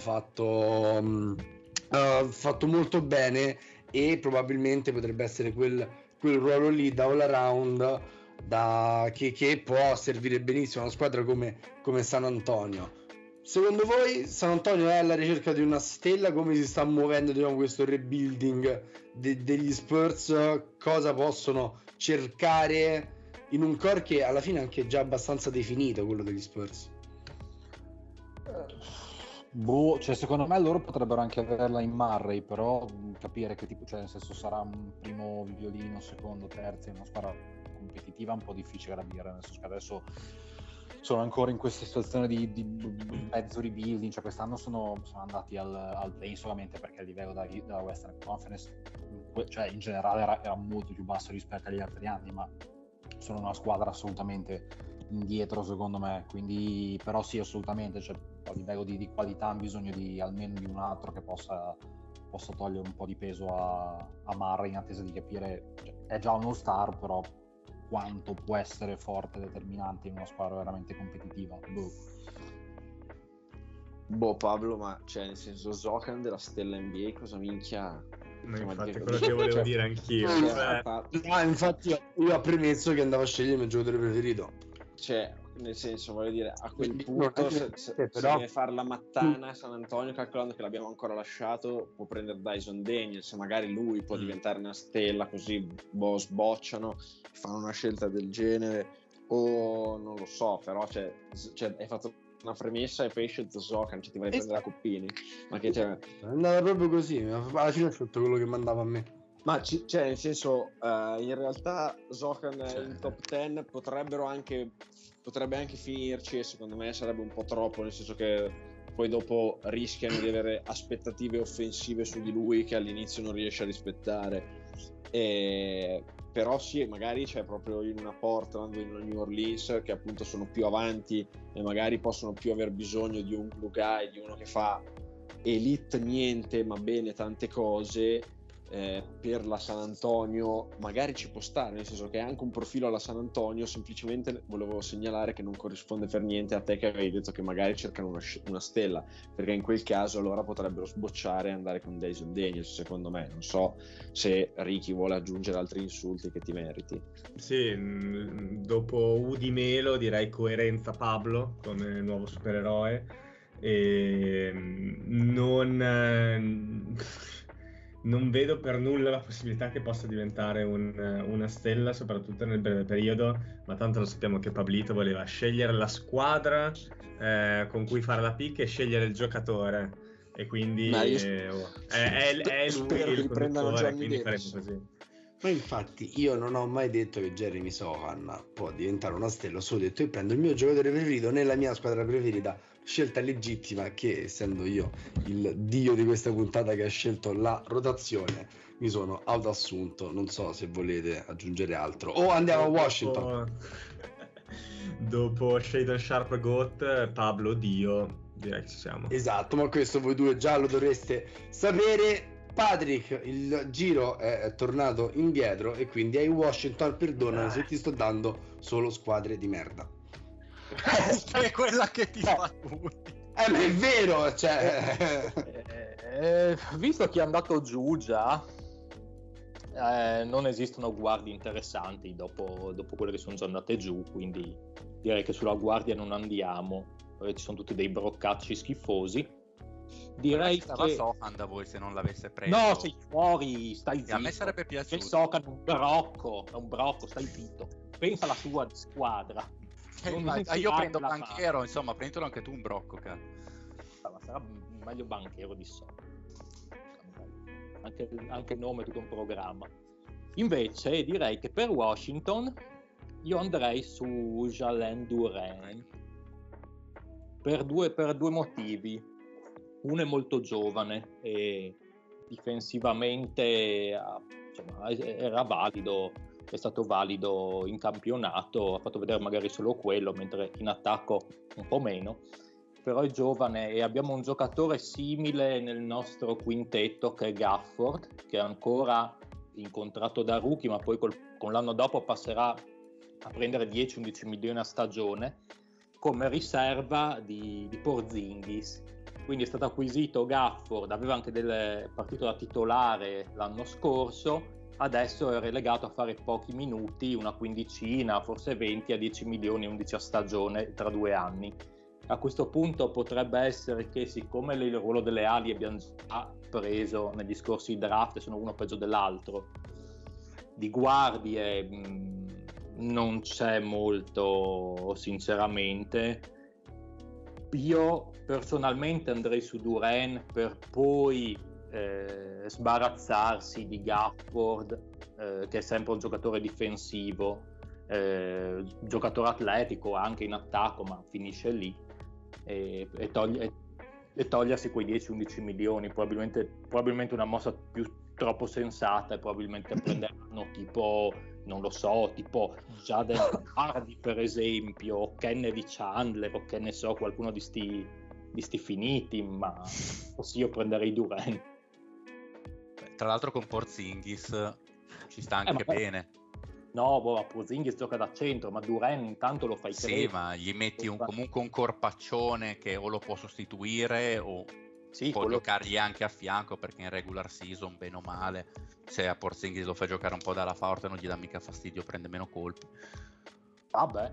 fatto molto bene, e probabilmente potrebbe essere quel ruolo lì da all around che può servire benissimo a una squadra come San Antonio. Secondo voi San Antonio è alla ricerca di una stella? Come si sta muovendo questo rebuilding degli Spurs? Cosa possono cercare in un core che alla fine è anche già abbastanza definito, quello degli Spurs? Cioè, secondo me loro potrebbero anche averla in Murray, però capire che tipo, cioè nel senso, sarà un primo violino, secondo, terzo, in una squadra competitiva è un po' difficile da dire, nel senso che adesso sono ancora in questa situazione di mezzo rebuilding. Cioè quest'anno sono andati al play solamente perché il livello della Western Conference, cioè in generale era molto più basso rispetto agli altri anni, ma sono una squadra assolutamente indietro secondo me. Quindi però sì, assolutamente, cioè, a livello di qualità hanno bisogno almeno di un altro che possa togliere un po' di peso a Murray, in attesa di capire, cioè, è già uno star, però quanto può essere forte e determinante in una squadra veramente competitiva. Pablo, ma cioè nel senso, Zocan della stella NBA cosa minchia? Infatti è quello che volevo dire anch'io. Infatti io ho premesso che andavo a scegliere il mio giocatore preferito. Cioè, nel senso, voglio dire, a quel punto se deve fare la mattana a San Antonio, calcolando che l'abbiamo ancora lasciato, può prendere Dyson Daniels, magari lui può diventare una stella, così sbocciano, fanno una scelta del genere, o non lo so. Però cioè hai fatto una premessa e poi hai scelto Zocan, cioè ti vai a prendere la Coppini, ma che cioè... è andata proprio così, alla fine ho scelto quello che mandava a me. Ma cioè nel senso, in realtà Zocan in top 10 potrebbe anche finirci, e secondo me sarebbe un po' troppo, nel senso che poi dopo rischiano di avere aspettative offensive su di lui che all'inizio non riesce a rispettare. Però sì, magari c'è proprio in una Portland o in una New Orleans, che appunto sono più avanti e magari possono più aver bisogno di un glue guy, di uno che fa elite niente ma bene tante cose, per la San Antonio magari ci può stare, nel senso che è anche un profilo alla San Antonio. Semplicemente volevo segnalare che non corrisponde per niente a te che avevi detto che magari cercano una stella, perché in quel caso allora potrebbero sbocciare e andare con Dyson Daniels, secondo me. Non so se Ricky vuole aggiungere altri insulti che ti meriti. Sì, dopo Udi Melo direi coerenza Pablo come nuovo supereroe, e non vedo per nulla la possibilità che possa diventare una stella, soprattutto nel breve periodo, ma tanto lo sappiamo che Pablito voleva scegliere la squadra con cui fare la pick e scegliere il giocatore, e quindi è lui il conduttore, quindi faremo così. Ma infatti io non ho mai detto che Jeremy Sohan può diventare una stella, ho solo detto io prendo il mio giocatore preferito nella mia squadra preferita, scelta legittima che, essendo io il dio di questa puntata che ha scelto la rotazione, mi sono autoassunto. Non so se volete aggiungere altro o andiamo a Washington. Dopo Shadon Sharp GOAT, Pablo Dio, direi che ci siamo. Esatto, ma questo voi due già lo dovreste sapere. Patrick, il giro è tornato indietro e quindi ai Washington, perdonami se ti sto dando solo squadre di merda. È quella che ti fa tutti. Ma è vero, cioè... visto che è andato giù già, non esistono guardie interessanti dopo quelle che sono già andate giù, quindi direi che sulla guardia non andiamo, ci sono tutti dei broccacci schifosi. Direi che stava Sohan da voi se non l'avesse preso. No, sei fuori, stai zitto. A me sarebbe piaciuto. Che Sohan è un brocco, stai zitto. Pensa alla tua squadra. Io prendo Banchero, insomma, prendilo anche tu un brocco, cazzo. Ma sarà meglio Banchero di Sohan. Anche il nome è tutto un programma. Invece direi che per Washington io andrei su Jalen Duren per due motivi. Uno è molto giovane e difensivamente era valido, è stato valido in campionato, ha fatto vedere magari solo quello, mentre in attacco un po' meno, però è giovane e abbiamo un giocatore simile nel nostro quintetto che è Gafford, che è ancora incontrato da rookie, ma poi con l'anno dopo passerà a prendere 10-11 milioni a stagione come riserva di Porzingis. Quindi è stato acquisito Gafford, aveva anche delle partite da titolare l'anno scorso, adesso è relegato a fare pochi minuti, una quindicina, forse 20 a 10 milioni, 11 a stagione tra 2 anni. A questo punto potrebbe essere che, siccome il ruolo delle ali abbiamo già preso negli scorsi draft, sono uno peggio dell'altro, di guardie non c'è molto, sinceramente. Io personalmente andrei su Duren per poi sbarazzarsi di Gafford, che è sempre un giocatore difensivo, giocatore atletico anche in attacco, ma finisce lì, e togliersi quei 10-11 milioni. Probabilmente una mossa più troppo sensata, e probabilmente prenderanno tipo, non lo so, tipo Jaden Hardy per esempio, Kennedy Chandler, o che ne so, qualcuno di sti finiti, ma sì, io prenderei Duren. Tra l'altro con Porzingis ci sta anche bene. No, Porzingis gioca da centro, ma Duren intanto lo fai crescere. Sì, ma gli metti comunque un corpaccione che o lo può sostituire o può giocargli anche a fianco, perché in regular season, bene o male, se a Porzingis lo fai giocare un po' dalla forte non gli dà mica fastidio, prende meno colpi. Vabbè,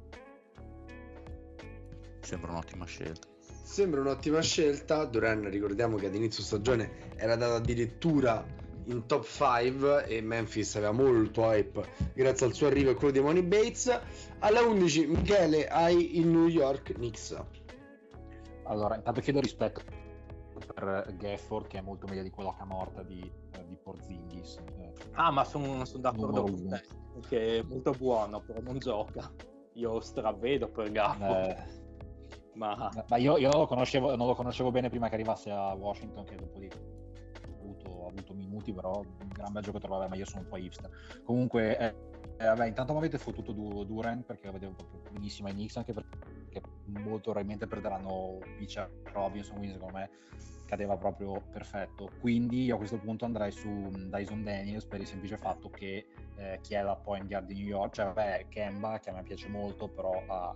sembra un'ottima scelta. Duren, ricordiamo che ad inizio stagione era dato addirittura in top 5 e Memphis aveva molto hype grazie al suo arrivo e quello di Money Bates. Alla 11, Michele, hai il New York Knicks. Allora, intanto chiedo rispetto per Gafford, che è molto meglio di quella camorta di Porzingis. Ma sono d'accordo con te, che è molto buono, però non gioca. Io stravedo per Gafford. Ma io non lo conoscevo bene prima che arrivasse a Washington, che dopo ha avuto minuti, però un gran bel giocatore. Vabbè, ma io sono un po' hipster. Comunque, vabbè, intanto mi avete fottuto Duren, perché lo vedevo proprio benissimo ai Knicks, anche perché molto probabilmente perderanno Mitchell Robinson, quindi secondo me cadeva proprio perfetto. Quindi io a questo punto andrei su Dyson Daniels per il semplice fatto che chi è la point guard di New York, cioè vabbè, Kemba, che a me piace molto, però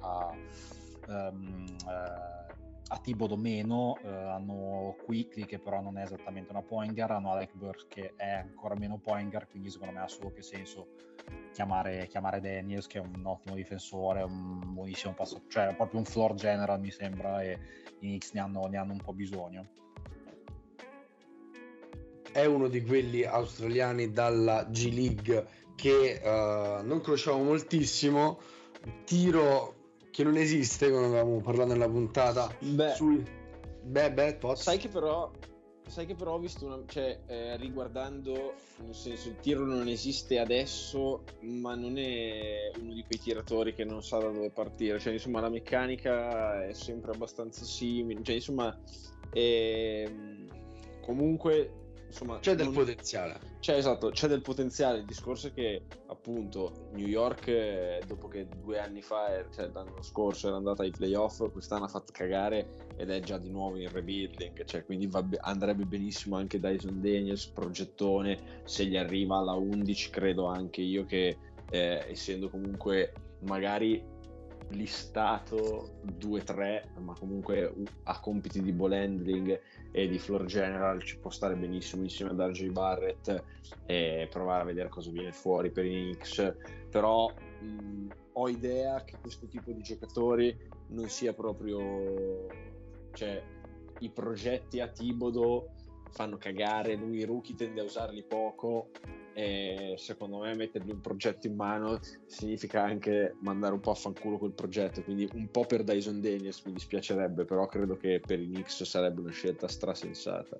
a Thibodeau meno, hanno Quickly che però non è esattamente una point guard, hanno Alec Burks che è ancora meno point guard, quindi secondo me ha solo che senso chiamare Daniels, che è un ottimo difensore, un buonissimo passo, cioè proprio un floor general mi sembra, e i Knicks ne hanno un po' bisogno. È uno di quelli australiani dalla G League che non conosciamo moltissimo, tiro che non esiste, come avevamo parlato nella puntata. Sai che però ho visto riguardando, nel senso, il tiro non esiste adesso, ma non è uno di quei tiratori che non sa da dove partire, cioè insomma la meccanica è sempre abbastanza simile, cioè insomma comunque insomma c'è del potenziale. C'è del potenziale. Il discorso è che appunto New York, dopo che 2 anni fa, cioè l'anno scorso era andata ai playoff, quest'anno ha fatto cagare ed è già di nuovo in rebuilding, cioè quindi andrebbe benissimo anche Dyson Daniels, progettone, se gli arriva alla 11 credo anche io che essendo comunque magari listato 2-3, ma comunque a compiti di ball handling e di floor general ci può stare benissimo insieme ad RJ Barrett e provare a vedere cosa viene fuori per i Knicks. Però ho idea che questo tipo di giocatori non sia proprio, cioè i progetti a Thibodeau fanno cagare, lui i rookie tende a usarli poco e secondo me mettergli un progetto in mano significa anche mandare un po' a fanculo quel progetto, quindi un po' per Dyson Daniels mi dispiacerebbe, però credo che per i Knicks sarebbe una scelta strasensata.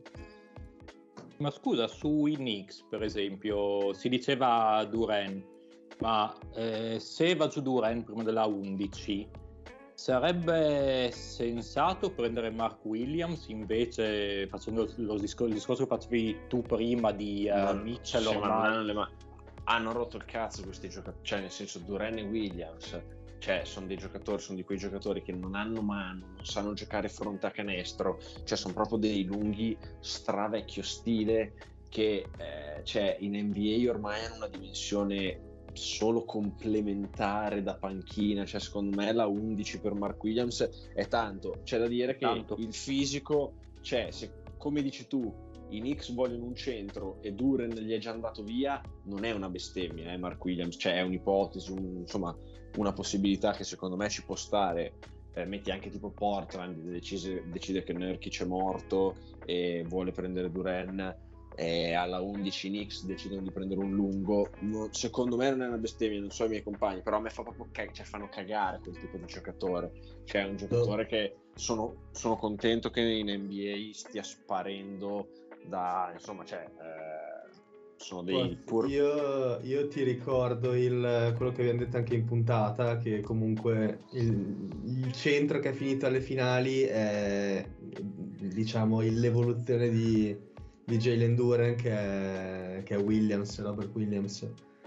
Ma scusa, sui Knicks per esempio si diceva Duren, ma se va giù Duren prima della 11 sarebbe sensato prendere Mark Williams invece, facendo il discorso che facevi tu prima di Mitchell? Ormai hanno rotto il cazzo questi giocatori, cioè nel senso Duren e Williams, cioè sono dei giocatori, sono di quei giocatori che non hanno mano, non sanno giocare fronte a canestro, cioè sono proprio dei lunghi stravecchio stile che cioè in NBA ormai hanno una dimensione solo complementare da panchina, cioè secondo me la 11 per Mark Williams è tanto. C'è da dire che il fisico, cioè se come dici tu i Knicks vogliono un centro e Duren gli è già andato via, non è una bestemmia Mark Williams, cioè è un'ipotesi, insomma una possibilità che secondo me ci può stare. Metti anche tipo Portland decide che Nurkic è morto e vuole prendere Duren, e alla 11 Knicks decidono di prendere un lungo. Secondo me non è una bestemmia, non so i miei compagni, però a me fa proprio cioè fanno cagare quel tipo di giocatore, cioè è un giocatore che sono contento che in NBA stia sparendo da, insomma, cioè sono dei io ti ricordo quello che abbiamo detto anche in puntata, che comunque il centro che è finito alle finali è, diciamo, l'evoluzione di Jalen Duren che è Williams, Robert Williams,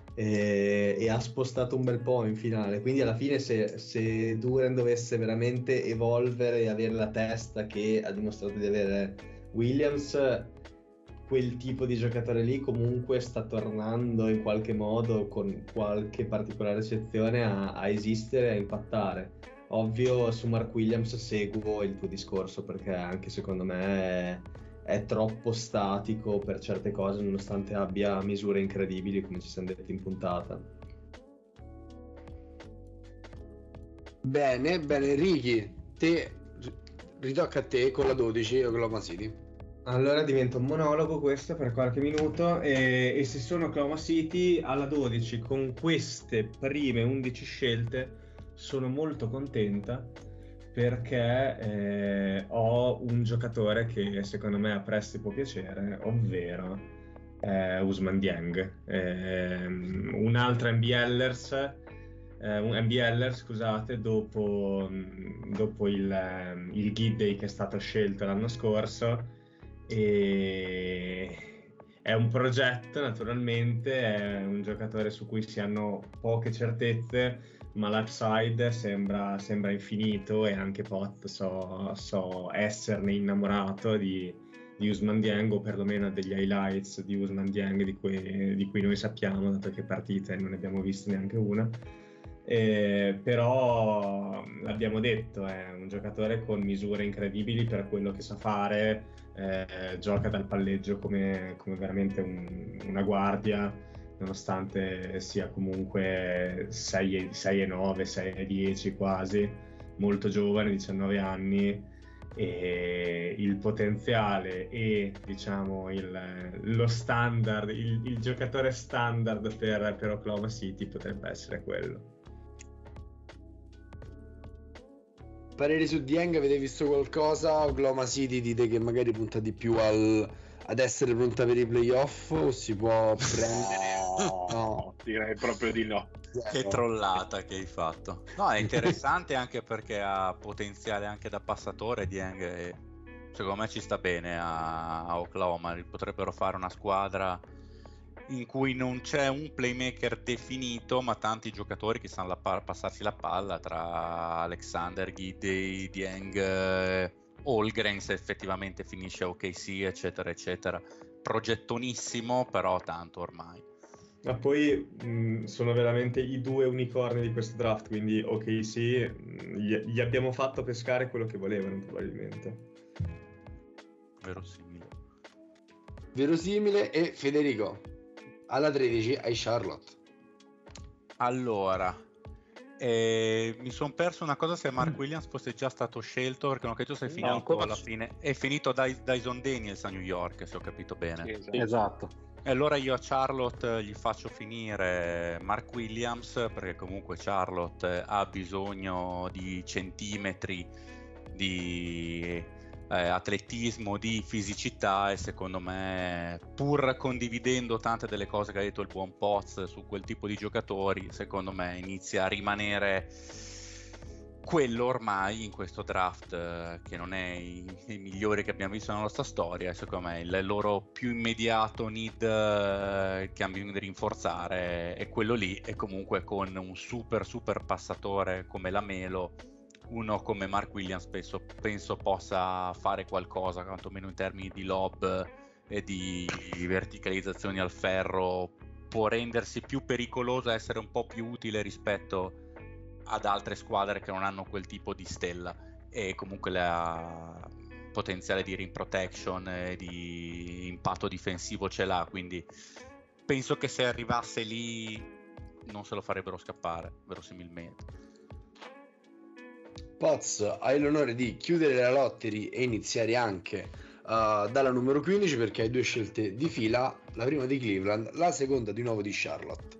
e ha spostato un bel po' in finale, quindi alla fine se Duren dovesse veramente evolvere e avere la testa che ha dimostrato di avere Williams, quel tipo di giocatore lì comunque sta tornando in qualche modo, con qualche particolare eccezione, a esistere, a impattare. Ovvio su Mark Williams seguo il tuo discorso, perché anche secondo me è troppo statico per certe cose, nonostante abbia misure incredibili, come ci siamo detti in puntata. Bene, Ricky, ritocca a te con la 12 Oklahoma City. Allora diventa un monologo questo per qualche minuto, e se sono Oklahoma City alla 12 con queste prime 11 scelte sono molto contenta, perché ho un giocatore che secondo me a Presti può piacere, ovvero Ousmane Dieng, un altro NBLer, scusate, dopo il Giddey che è stato scelto l'anno scorso, e è un progetto, naturalmente, è un giocatore su cui si hanno poche certezze, ma l'upside sembra infinito, e anche Pot so esserne innamorato di Ousmane Dieng, o perlomeno degli highlights di Ousmane Dieng di cui noi sappiamo, dato che partite non ne abbiamo viste neanche una. Però l'abbiamo detto, è un giocatore con misure incredibili per quello che sa fare, gioca dal palleggio come veramente una guardia, nonostante sia comunque 6'9", 6'10" quasi, molto giovane, 19 anni, e il potenziale e diciamo lo standard, il giocatore standard per Oklahoma City potrebbe essere quello. Pareri su Dieng, avete visto qualcosa? Oklahoma City dite che magari punta di più ad essere pronta per i playoff, o si può prendere? No, direi proprio di no. Che trollata che hai fatto. No, è interessante anche perché ha potenziale anche da passatore Dieng, e secondo me ci sta bene a Oklahoma. Potrebbero fare una squadra in cui non c'è un playmaker definito, ma tanti giocatori che sanno passarsi la palla, tra Alexander, Giddey, Dieng, Holmgren se effettivamente finisce a OKC, eccetera eccetera. Progettonissimo, però tanto ormai. Ma poi sono veramente i due unicorni di questo draft, quindi OKC gli abbiamo fatto pescare quello che volevano probabilmente. Verosimile. E Federico, alla 13 hai Charlotte. Allora, mi sono perso una cosa, se Mark Williams fosse già stato scelto, perché non ho capito se è finito alla fine. È finito Dyson Daniels a New York, se ho capito bene. Sì, esatto. E allora io a Charlotte gli faccio finire Mark Williams, perché comunque Charlotte ha bisogno di centimetri di atletismo, di fisicità, e secondo me, pur condividendo tante delle cose che ha detto il buon Poz su quel tipo di giocatori, secondo me inizia a rimanere quello ormai in questo draft, che non è i migliori che abbiamo visto nella nostra storia. Secondo me il loro più immediato need che hanno bisogno di rinforzare è quello lì, e comunque con un super passatore come Lamelo, uno come Mark Williams penso possa fare qualcosa, quantomeno in termini di lob e di verticalizzazioni al ferro. Può rendersi più pericoloso, essere un po' più utile rispetto ad altre squadre che non hanno quel tipo di stella, e comunque la potenziale di rim protection e di impatto difensivo ce l'ha, quindi penso che se arrivasse lì non se lo farebbero scappare, verosimilmente. Poz, hai l'onore di chiudere la lottery e iniziare anche dalla numero 15, perché hai due scelte di fila, la prima di Cleveland, la seconda di nuovo di Charlotte.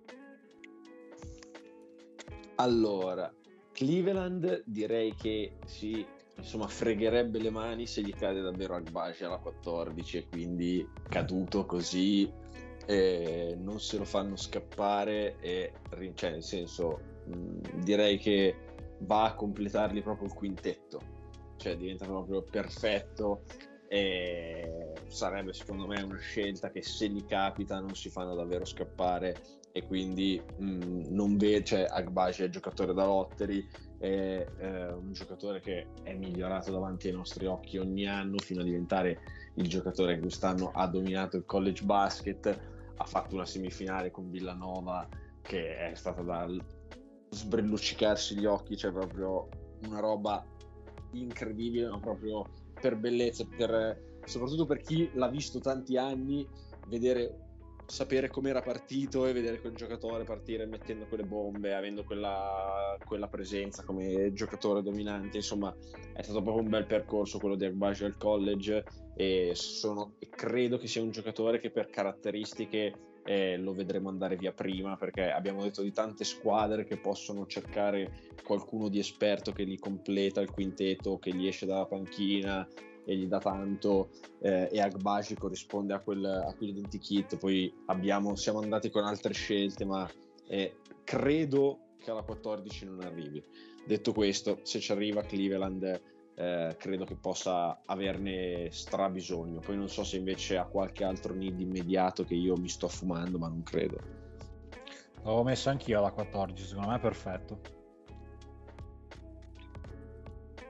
Allora, Cleveland direi che si fregherebbe le mani se gli cade davvero Agbaji alla 14, e quindi caduto così non se lo fanno scappare, cioè nel senso direi che va a completargli proprio il quintetto, cioè diventa proprio perfetto, e sarebbe secondo me una scelta che se gli capita non si fanno davvero scappare, e quindi non vedo, cioè Agbaji è giocatore da lottery, è un giocatore che è migliorato davanti ai nostri occhi ogni anno fino a diventare il giocatore che quest'anno ha dominato il college basket, ha fatto una semifinale con Villanova che è stata da sbrilluccicarsi gli occhi, cioè proprio una roba incredibile, ma proprio per bellezza, soprattutto per chi l'ha visto tanti anni, sapere com'era partito e vedere quel giocatore partire mettendo quelle bombe, avendo quella presenza come giocatore dominante. Insomma, è stato proprio un bel percorso quello di Agbaji al college, e credo che sia un giocatore che per caratteristiche lo vedremo andare via prima, perché abbiamo detto di tante squadre che possono cercare qualcuno di esperto che gli completa il quintetto, che gli esce dalla panchina e gli dà tanto, e Agbaji corrisponde a quell'identikit. Poi siamo andati con altre scelte, ma credo che alla 14 non arrivi. Detto questo, se ci arriva Cleveland, credo che possa averne strabisogno. Poi non so se invece ha qualche altro need immediato che io mi sto fumando, ma non credo. L'avevo messo anch'io alla 14, secondo me è perfetto.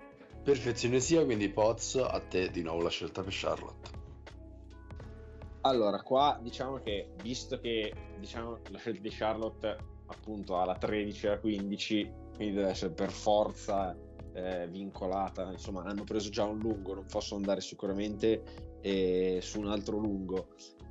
Perfezione sia, quindi Poz, a te di nuovo la scelta per Charlotte. Allora, qua diciamo che, visto che la scelta di Charlotte appunto ha la 13 e la 15, quindi deve essere per forza vincolata, insomma hanno preso già un lungo, non possono andare sicuramente su un altro lungo,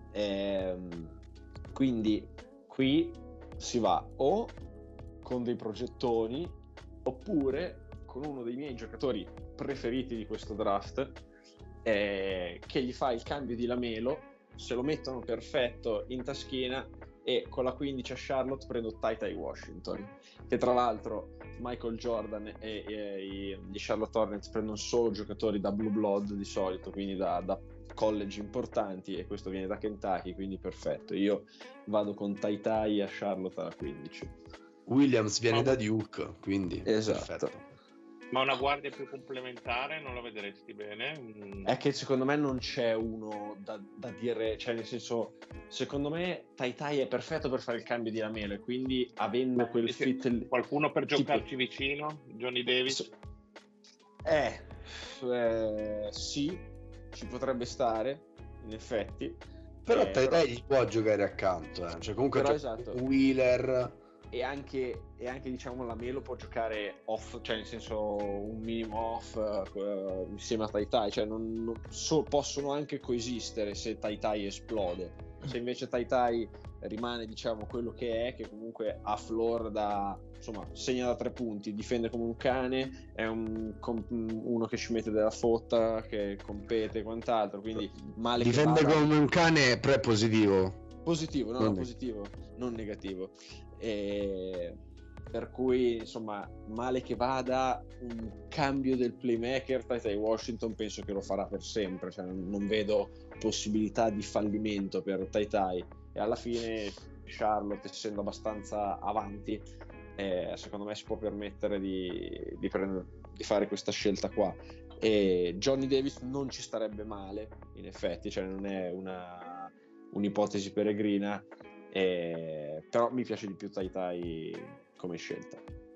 quindi qui si va o con dei progettoni oppure con uno dei miei giocatori preferiti di questo draft, che gli fa il cambio di Lamelo, se lo mettono perfetto in taschina, e con la 15 a Charlotte prendo Ty Washington, che tra l'altro Michael Jordan e gli Charlotte Hornets prendono solo giocatori da Blue Blood di solito, quindi da college importanti, e questo viene da Kentucky, quindi perfetto. Io vado con Ty a Charlotte alla 15. Williams viene da Duke, quindi esatto. Perfetto. Ma una guardia più complementare non la vedresti bene? È che secondo me non c'è uno da dire, cioè nel senso, secondo me Tai è perfetto per fare il cambio di Lamelo, e quindi avendo quel fit, qualcuno per giocarci vicino? Johnny Davis? Sì, ci potrebbe stare in effetti, però Tai gli può giocare accanto, cioè comunque c'è esatto. Wheeler, e anche diciamo Lamelo può giocare off, cioè nel senso un minimo off insieme a Tai, cioè possono anche coesistere se Tai esplode. Se invece Tai rimane diciamo quello che è, che comunque ha floor insomma segna da 3 punti, difende come un cane, è uno che ci mette della fotta, che compete e quant'altro, quindi male difende che vada, come un cane, però è positivo, positivo, non negativo. Per cui insomma male che vada, un cambio del playmaker Ty Washington penso che lo farà per sempre, cioè non vedo possibilità di fallimento per Ty, e alla fine Charlotte, essendo abbastanza avanti, secondo me si può permettere di fare questa scelta qua, e Johnny Davis non ci starebbe male in effetti, cioè non è un'ipotesi peregrina. Però mi piace di più Tai come scelta.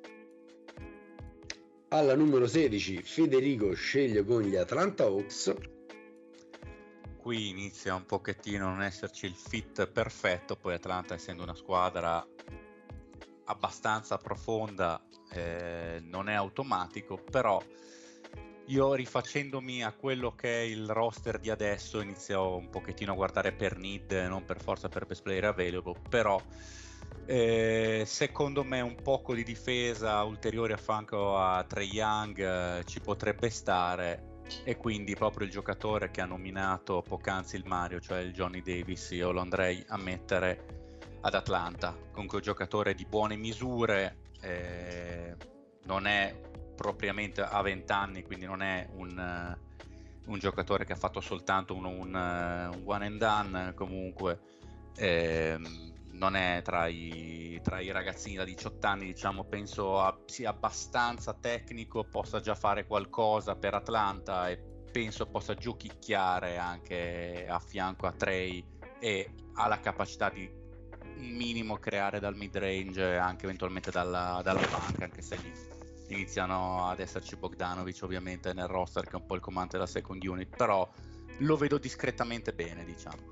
Alla numero 16 Federico sceglie con gli Atlanta Hawks. Qui inizia un pochettino a non esserci il fit perfetto, poi Atlanta, essendo una squadra abbastanza profonda, non è automatico, però io, rifacendomi a quello che è il roster di adesso, inizio un pochettino a guardare per need, non per forza per best player available, però secondo me un poco di difesa ulteriore a fianco a Trae Young ci potrebbe stare, e quindi proprio il giocatore che ha nominato poc'anzi il Mario, cioè il Johnny Davis, io lo andrei a mettere ad Atlanta. Comunque un giocatore di buone misure, non è propriamente a 20 anni, quindi non è un giocatore che ha fatto soltanto un one and done, comunque non è tra i ragazzini da 18 anni, diciamo, penso sia abbastanza tecnico, possa già fare qualcosa per Atlanta, e penso possa giochicchiare anche a fianco a Trae, e ha la capacità di un minimo creare dal mid range, anche eventualmente dalla panca, anche se iniziano ad esserci Bogdanovic ovviamente nel roster, che è un po' il comandante della second unit, però lo vedo discretamente bene, diciamo.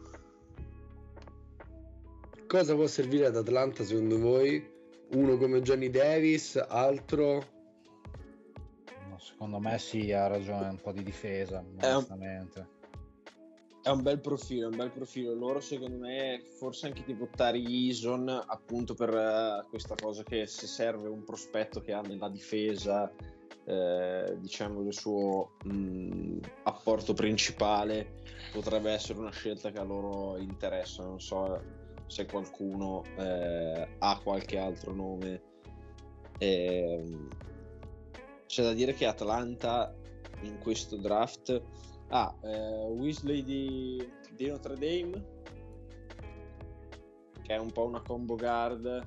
Cosa può servire ad Atlanta secondo voi? Uno come Johnny Davis, altro? No, secondo me sì, ha ragione, un po' di difesa, onestamente. È un bel profilo. Loro secondo me forse anche tipo Tari Eason, appunto per questa cosa, che se serve un prospetto che ha nella difesa diciamo il suo apporto principale, potrebbe essere una scelta che a loro interessa. Non so se qualcuno ha qualche altro nome. C'è da dire che Atlanta in questo draft Weasley di Notre Dame, che è un po' una combo guard,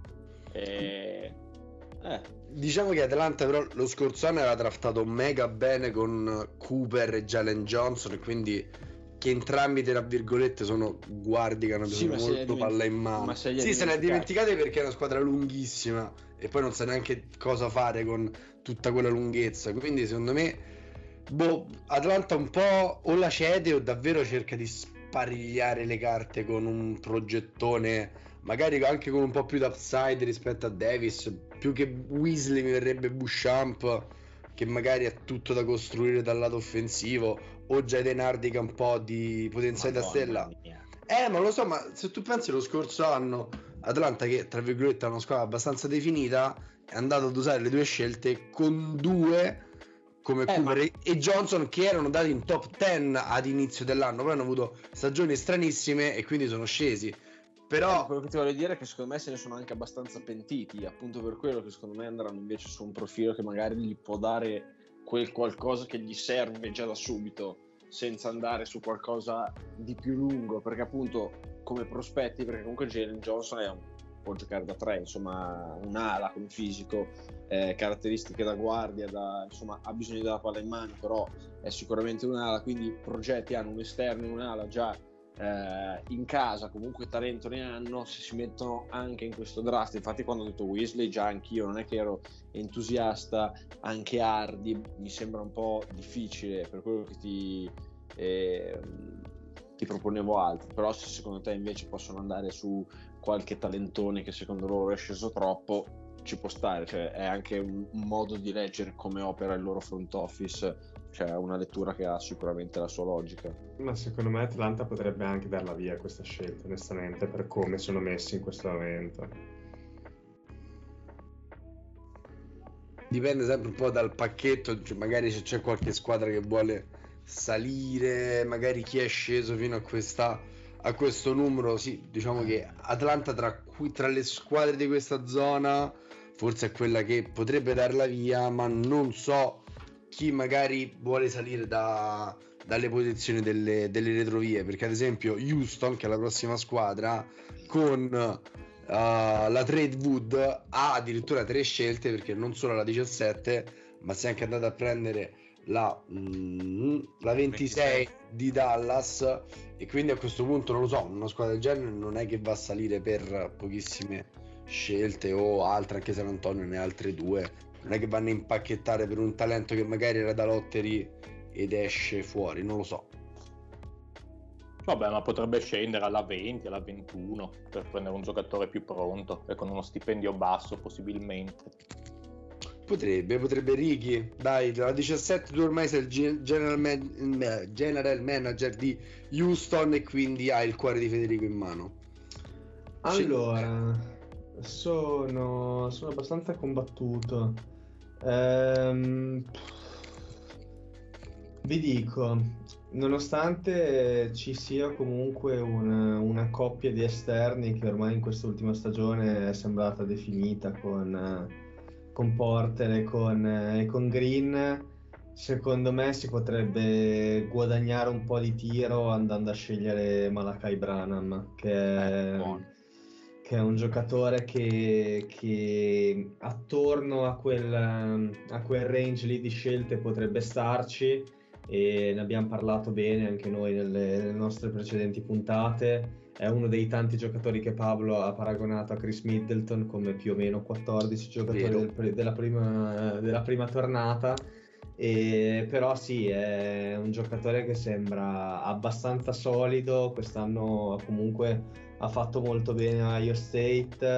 Diciamo che Atlanta però lo scorso anno aveva draftato mega bene con Cooper e Jalen Johnson, e quindi che entrambi tra virgolette sono guardie che hanno preso molto palla in mano. Se ne è dimenticate perché è una squadra lunghissima e poi non sa neanche cosa fare con tutta quella lunghezza, quindi secondo me Atlanta un po' o la cede o davvero cerca di sparigliare le carte con un progettone, magari anche con un po' più d'upside rispetto a Davis. Più che Weasley mi verrebbe Beauchamp, che magari ha tutto da costruire dal lato offensivo, o Jaden Hardy che ha un po' di potenziale da stella. Ma lo so, ma se tu pensi lo scorso anno Atlanta, che tra virgolette è una squadra abbastanza definita, è andato ad usare le due scelte con due come Cooper e Johnson, che erano dati in top 10 ad inizio dell'anno, poi hanno avuto stagioni stranissime e quindi sono scesi. Però quello che ti voglio dire è che secondo me se ne sono anche abbastanza pentiti, appunto per quello che secondo me andranno invece su un profilo che magari gli può dare quel qualcosa che gli serve già da subito, senza andare su qualcosa di più lungo, perché appunto come prospetti, perché comunque Jalen Johnson può giocare da 3, insomma un'ala con fisico, caratteristiche da guardia, insomma ha bisogno della palla in mano, però è sicuramente un'ala, quindi progetti hanno un esterno e un'ala già in casa, comunque talento ne hanno, se si mettono anche in questo draft. Infatti quando ho detto Weasley già anch'io non è che ero entusiasta, anche Hardy mi sembra un po' difficile, per quello che ti proponevo altri, però se secondo te invece possono andare su qualche talentone che secondo loro è sceso troppo, ci può stare, cioè è anche un modo di leggere come opera il loro front office, cioè una lettura che ha sicuramente la sua logica. Ma secondo me Atlanta potrebbe anche darla via questa scelta, onestamente, per come sono messi in questo momento. Dipende sempre un po' dal pacchetto, cioè magari se c'è qualche squadra che vuole salire, magari chi è sceso fino a questo numero, sì, diciamo che Atlanta tra le squadre di questa zona forse è quella che potrebbe darla via, ma non so chi magari vuole salire dalle posizioni delle retrovie, perché ad esempio Houston, che è la prossima squadra, con la trade Wood ha addirittura 3 scelte, perché non solo la 17 ma si è anche andata a prendere la 26 di Dallas, e quindi a questo punto non lo so, una squadra del genere non è che va a salire per pochissime scelte o altre, anche San Antonio ne ha altre 2, non è che vanno a impacchettare per un talento che magari era da lottery ed esce fuori, non lo so. Vabbè, ma potrebbe scendere alla 20, alla 21 per prendere un giocatore più pronto e con uno stipendio basso possibilmente. Potrebbe Ricky, dai, la 17 tu ormai sei il general manager di Houston e quindi hai il cuore di Federico in mano. Allora, sono abbastanza combattuto. Vi dico, nonostante ci sia comunque una coppia di esterni che ormai in quest'ultima stagione è sembrata definita con Porter e con Green, secondo me si potrebbe guadagnare un po' di tiro andando a scegliere Malachi Branham, che è un giocatore che attorno a quel range lì di scelte potrebbe starci, e ne abbiamo parlato bene anche noi nelle nostre precedenti puntate. È uno dei tanti giocatori che Pablo ha paragonato a Chris Middleton come più o meno 14 giocatori della prima tornata, però sì, è un giocatore che sembra abbastanza solido. Quest'anno comunque ha fatto molto bene a Iowa State,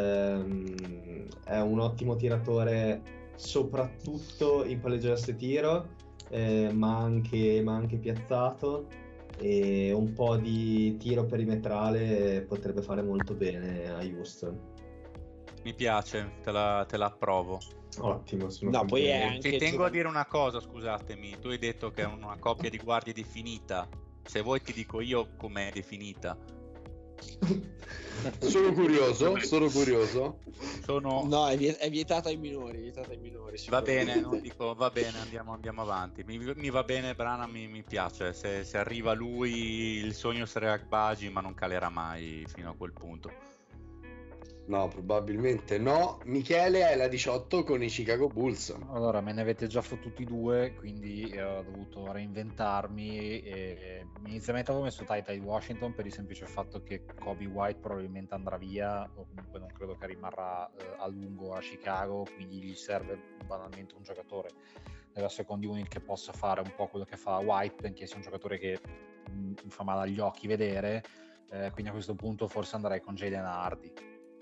è un ottimo tiratore soprattutto in palleggiasse tiro, ma anche piazzato, e un po' di tiro perimetrale potrebbe fare molto bene a Houston. Mi piace, te la approvo. Ottimo, poi è anche Ti tengo a dire una cosa, scusatemi, tu hai detto che è una coppia di guardie definita, se vuoi ti dico io com'è definita. Sono curioso. No, è vietata ai minori. Va bene, non dico, va bene, andiamo avanti. Mi va bene Branham, mi piace. Se arriva lui, il sogno sarà Agbaji, ma non calerà mai fino a quel punto. No, probabilmente no. Michele è la 18 con i Chicago Bulls. Allora, me ne avete già fottuti due, quindi ho dovuto reinventarmi. E inizialmente avevo messo Ty Washington per il semplice fatto che Kobe White probabilmente andrà via, o comunque non credo che rimarrà a lungo a Chicago, quindi gli serve banalmente un giocatore nella second unit che possa fare un po' quello che fa White, benché sia un giocatore che mi fa male agli occhi vedere, quindi a questo punto forse andrei con Jaden Hardy.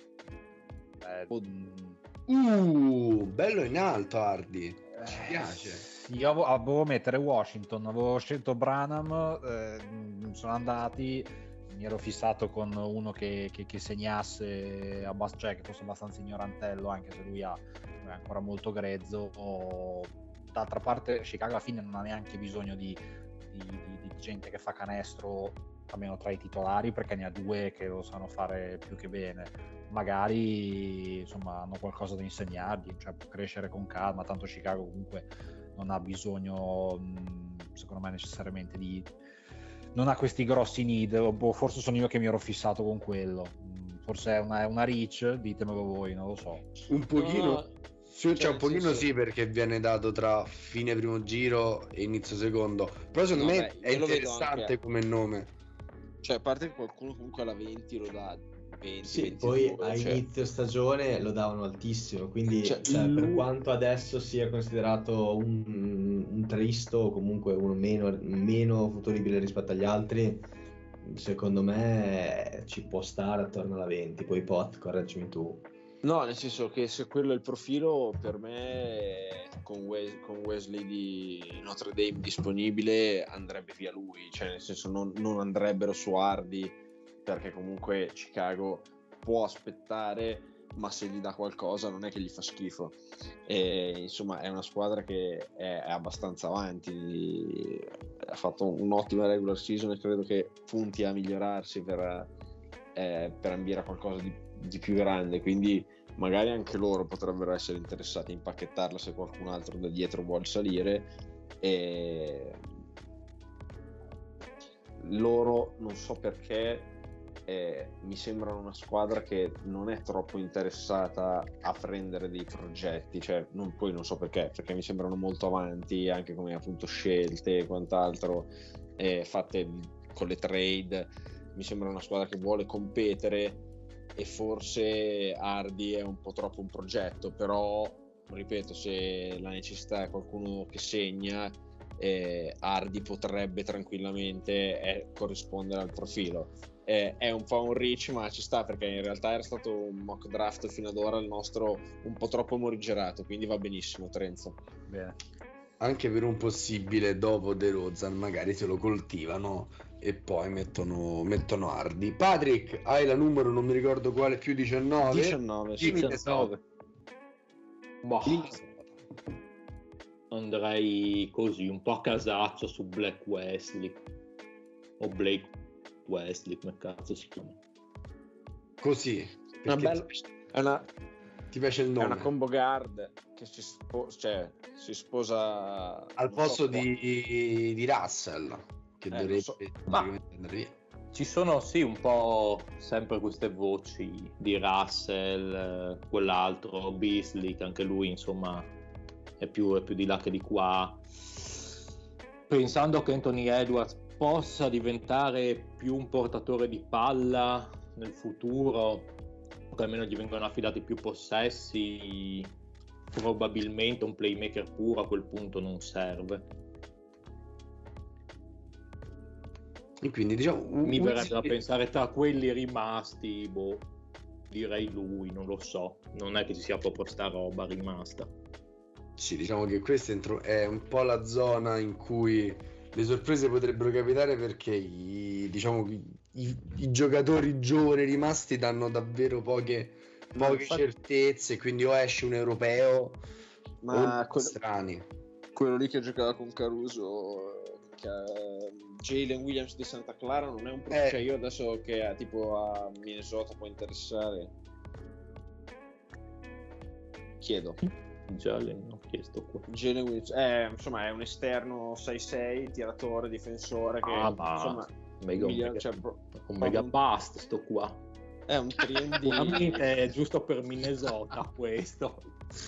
Bello in alto Hardy, ci piace. Io avevo mettere Washington, avevo scelto Branham, sono andati, mi ero fissato con uno che segnasse, cioè che fosse abbastanza ignorantello, anche se lui è ancora molto grezzo. D'altra parte Chicago alla fine non ha neanche bisogno di gente che fa canestro, almeno tra i titolari, perché ne ha due che lo sanno fare più che bene. Magari insomma hanno qualcosa da insegnargli, cioè può crescere con calma, tanto Chicago comunque non ha bisogno, secondo me, necessariamente non ha questi grossi need, forse sono io che mi ero fissato con quello, forse è una reach, ditemelo voi, non lo so. Un pochino un pochino sì, perché viene dato tra fine primo giro e inizio secondo, però secondo me è interessante come nome, cioè a parte che qualcuno comunque alla 20 lo dà 20, sì, 22, poi a inizio stagione lo davano altissimo, quindi per quanto adesso sia considerato un tristo o comunque uno meno futuribile rispetto agli altri, secondo me ci può stare attorno alla 20. Poi Pot, correggimi tu. No, nel senso che se quello è il profilo, per me con Wesley di Notre Dame disponibile andrebbe via lui, cioè nel senso non andrebbero su Hardy, perché comunque Chicago può aspettare, ma se gli dà qualcosa non è che gli fa schifo, e insomma è una squadra che è abbastanza avanti, ha fatto un'ottima regular season e credo che punti a migliorarsi per ambire a qualcosa di più grande, quindi magari anche loro potrebbero essere interessati a impacchettarla se qualcun altro da dietro vuole salire. E loro non so perché mi sembrano una squadra che non è troppo interessata a prendere dei progetti, cioè poi non so perché mi sembrano molto avanti anche come appunto scelte e quant'altro fatte con le trade. Mi sembra una squadra che vuole competere e forse Hardy è un po' troppo un progetto, però ripeto, se la necessità è qualcuno che segna, Hardy potrebbe tranquillamente corrispondere al profilo. È un po' un reach, ma ci sta, perché in realtà era stato un mock draft fino ad ora il nostro un po' troppo morigerato, quindi va benissimo Trenzo. Bene. Anche per un possibile dopo DeRozan magari se lo coltivano e poi mettono Hardy. Patrick, hai la numero, non mi ricordo quale, più 19? 19. Boh. Andrei così un po' a casaccio su Black Wesley o Blake Wesley, come cazzo si chiama, così ti piace il nome? È una combo guard che si sposa al posto di Russell, che dovrebbe andare via. Ci sono sì un po' sempre queste voci di Russell, quell'altro Beasley, che anche lui insomma è più di là che di qua, pensando che Anthony Edwards possa diventare più un portatore di palla nel futuro, che almeno gli vengono affidati più possessi, probabilmente un playmaker puro a quel punto non serve. E quindi diciamo mi verrebbe da pensare tra quelli rimasti, direi lui, non lo so, non è che ci sia proprio sta roba rimasta. Sì, diciamo che questa è un po' la zona in cui le sorprese potrebbero capitare, perché i giocatori giovani rimasti danno davvero poche certezze, quindi o esce un europeo o strani. Quello lì che giocava con Caruso, Jalen Williams di Santa Clara, non è un cioè io adesso che tipo a Minnesota può interessare, chiedo. Jalen ho chiesto qua. Jalen Williams insomma è un esterno 6'6", tiratore, difensore che insomma un mega bust sto qua. È un trend È giusto per Minnesota questo.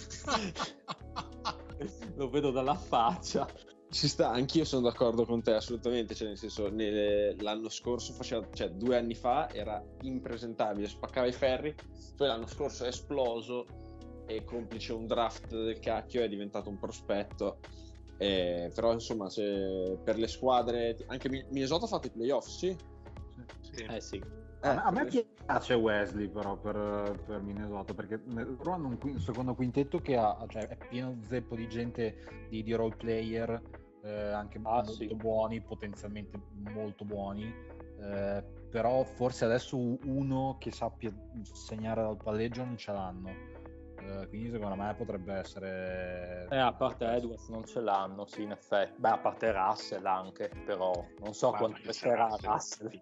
Lo vedo dalla faccia. Ci sta, anch'io sono d'accordo con te assolutamente, cioè nel senso l'anno scorso faceva, cioè 2 anni fa era impresentabile, spaccava i ferri, poi l'anno scorso è esploso e complice un draft del cacchio è diventato un prospetto, però insomma se per le squadre, anche Minnesota ha fatto i playoff, sì? Sì. A me piace Wesley però per Minnesota, perché loro hanno un secondo quintetto che cioè, è pieno zeppo di gente di role player, anche molto buoni, potenzialmente molto buoni, però forse adesso uno che sappia segnare dal palleggio non ce l'hanno, quindi secondo me potrebbe essere a parte Edwards non ce l'hanno, sì, in effetti. Beh, a parte Russell anche, però non so quanto resterà Russell.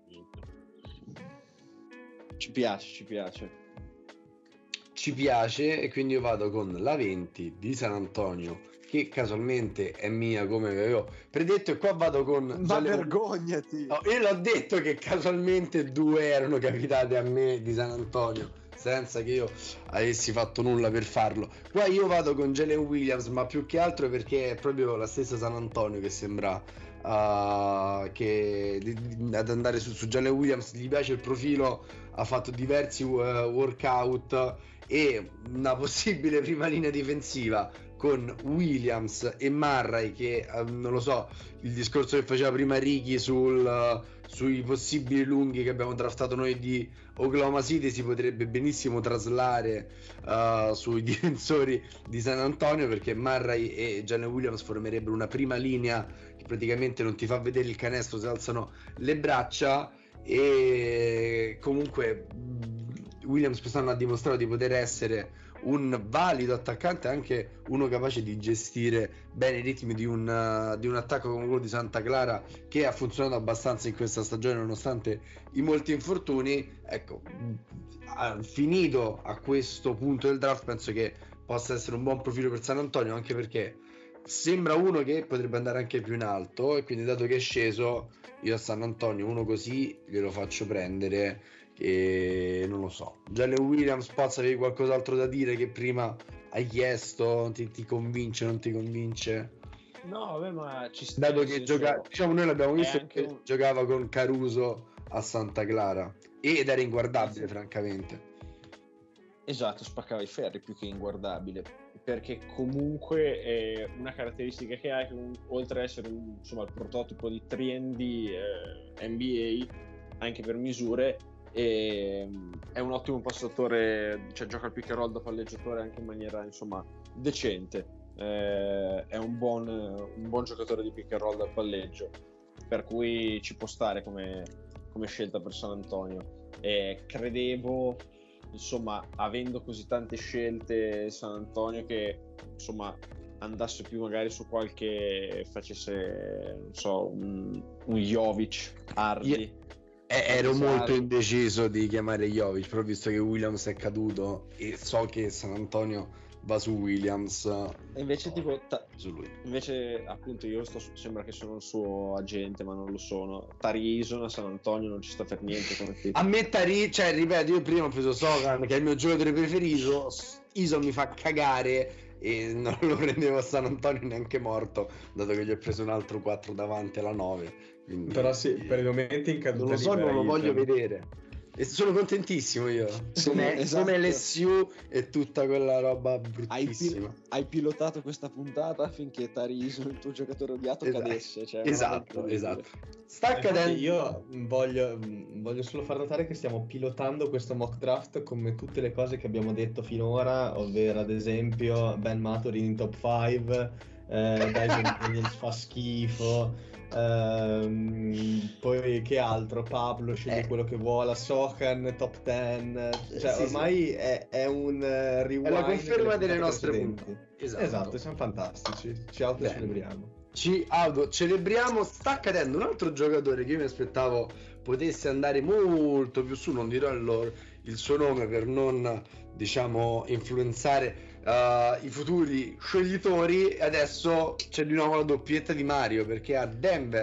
Ci piace e quindi io vado con la 20 di San Antonio, che casualmente è mia come avevo predetto, e qua vado con... Ma vergognati! No, io l'ho detto che casualmente 2 erano capitate a me di San Antonio, senza che io avessi fatto nulla per farlo. Qua io vado con Jalen Williams, ma più che altro perché è proprio la stessa San Antonio che sembra ad andare su Jalen Williams. Gli piace il profilo, ha fatto diversi workout e una possibile prima linea difensiva con Williams e Murray, che non lo so, il discorso che faceva prima Ricky sui possibili lunghi che abbiamo draftato noi di Oklahoma City si potrebbe benissimo traslare sui difensori di San Antonio, perché Murray e Jalen Williams formerebbero una prima linea che praticamente non ti fa vedere il canestro se alzano le braccia. E comunque Williams quest'anno ha dimostrato di poter essere un valido attaccante, anche uno capace di gestire bene i ritmi di un attacco come quello di Santa Clara, che ha funzionato abbastanza in questa stagione nonostante i molti infortuni. Ecco, finito a questo punto del draft, penso che possa essere un buon profilo per San Antonio, anche perché sembra uno che potrebbe andare anche più in alto, e quindi dato che è sceso, io a San Antonio uno così glielo faccio prendere. E non lo so, Jalen Williams, Pozza, avevi qualcos'altro da dire che prima hai chiesto? Ti convince, non ti convince? No, vabbè, ma ci sta, dato che diciamo, noi l'abbiamo visto anche che giocava con Caruso a Santa Clara ed era inguardabile, francamente. Esatto, spaccava i ferri più che inguardabile, perché comunque è una caratteristica che ha, che oltre ad essere insomma il prototipo di 3D NBA anche per misure, è un ottimo passatore, cioè gioca il pick and roll da palleggiatore anche in maniera insomma decente, è un buon giocatore di pick and roll dal palleggio, per cui ci può stare come scelta per San Antonio. Credevo, insomma, avendo così tante scelte San Antonio, che insomma andasse più magari su qualche, facesse non so un Jovic, Hardy. Ero molto indeciso di chiamare Jovic, però visto che Williams è caduto e so che San Antonio va su Williams, e invece su lui. Invece appunto io sembra che sono il suo agente, ma non lo sono. Tari Eason a San Antonio non ci sta per niente come a me cioè ripeto, io prima ho preso Sogan, che è il mio giocatore preferito. Eason mi fa cagare e non lo prendevo a San Antonio neanche morto, dato che gli ho preso un altro 4 davanti alla 9. Quindi, però sì, per il momento in caduta non lo so, non lo voglio vedere e sono contentissimo io, come LSU e tutta quella roba bruttissima. Hai pilotato questa puntata finché Tari Eason, il tuo giocatore odiato, cadesse, cioè, esatto. Sta accadendo. Io voglio solo far notare che stiamo pilotando questo mock draft come tutte le cose che abbiamo detto finora, ovvero ad esempio Ben Maturin in top 5, Dyson Daniels fa schifo, poi che altro, Pablo sceglie quello che vuole, Sohan top 10, cioè sì, ormai sì. È un rewind, è la conferma delle nostre punte. Esatto, siamo fantastici, ci autocelebriamo. Sta accadendo un altro giocatore che io mi aspettavo potesse andare molto più su, non dirò il suo nome per non, diciamo, influenzare i futuri sceglitori. Adesso c'è di nuovo la doppietta di Mario, perché a Denver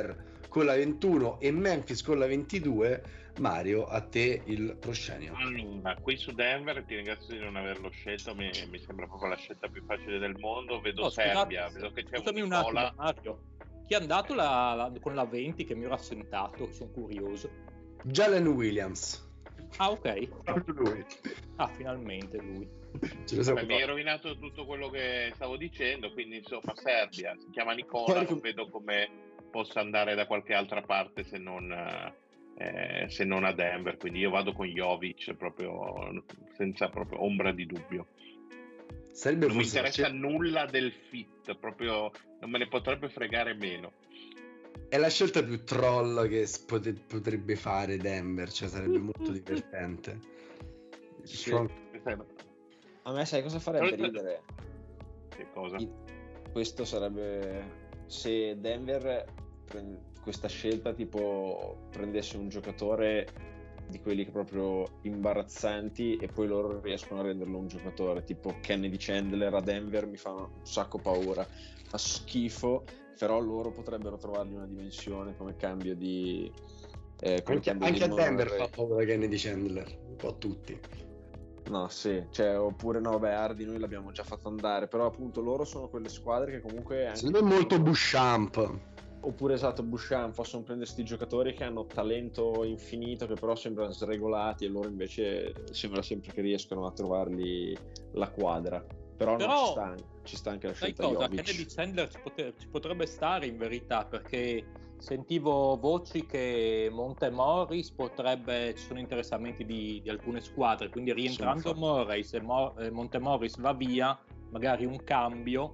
con la 21 e Memphis con la 22. Mario, a te il proscenio. Allora, qui su Denver ti ringrazio di non averlo scelto, mi sembra proprio la scelta più facile del mondo. Vedo Serbia, vedo che c'è un Nicola. Mario, chi è andato con la 20 che mi ho rassentato? Sono curioso. Jalen Williams. Ah, ok. Lui. Ah, finalmente lui. Vabbè, mi hai rovinato tutto quello che stavo dicendo, quindi insomma Serbia, si chiama Nicola, non vedo come possa andare da qualche altra parte se non a Denver, quindi io vado con Jovic proprio senza proprio ombra di dubbio. Non mi interessa nulla del fit, proprio non me ne potrebbe fregare meno. È la scelta più troll che potrebbe fare Denver, cioè sarebbe molto divertente. Sì. A me sai cosa farebbe ridere? Che cosa? Questo sarebbe se Denver questa scelta tipo prendesse un giocatore di quelli che proprio imbarazzanti e poi loro riescono a renderlo un giocatore tipo Kennedy Chandler a Denver. Mi fa un sacco paura, fa schifo, però loro potrebbero trovargli una dimensione come cambio di anche a Denver fa paura Kennedy Chandler, un po' tutti. No, sì, cioè, oppure no, beh, Hardy noi l'abbiamo già fatto andare, però appunto loro sono quelle squadre che comunque secondo me molto Beauchamp. Oppure esatto, Beauchamp, possono prendere questi giocatori che hanno talento infinito che però sembrano sregolati e loro invece sembra sempre che riescono a trovargli la quadra. Però no, ci sta anche la scelta di Jovic. Kennedy Chandler ci potrebbe stare in verità, perché sentivo voci che Monte-Morris ci sono interessamenti di alcune squadre, quindi rientrando Morris e Monte-Morris va via, magari un cambio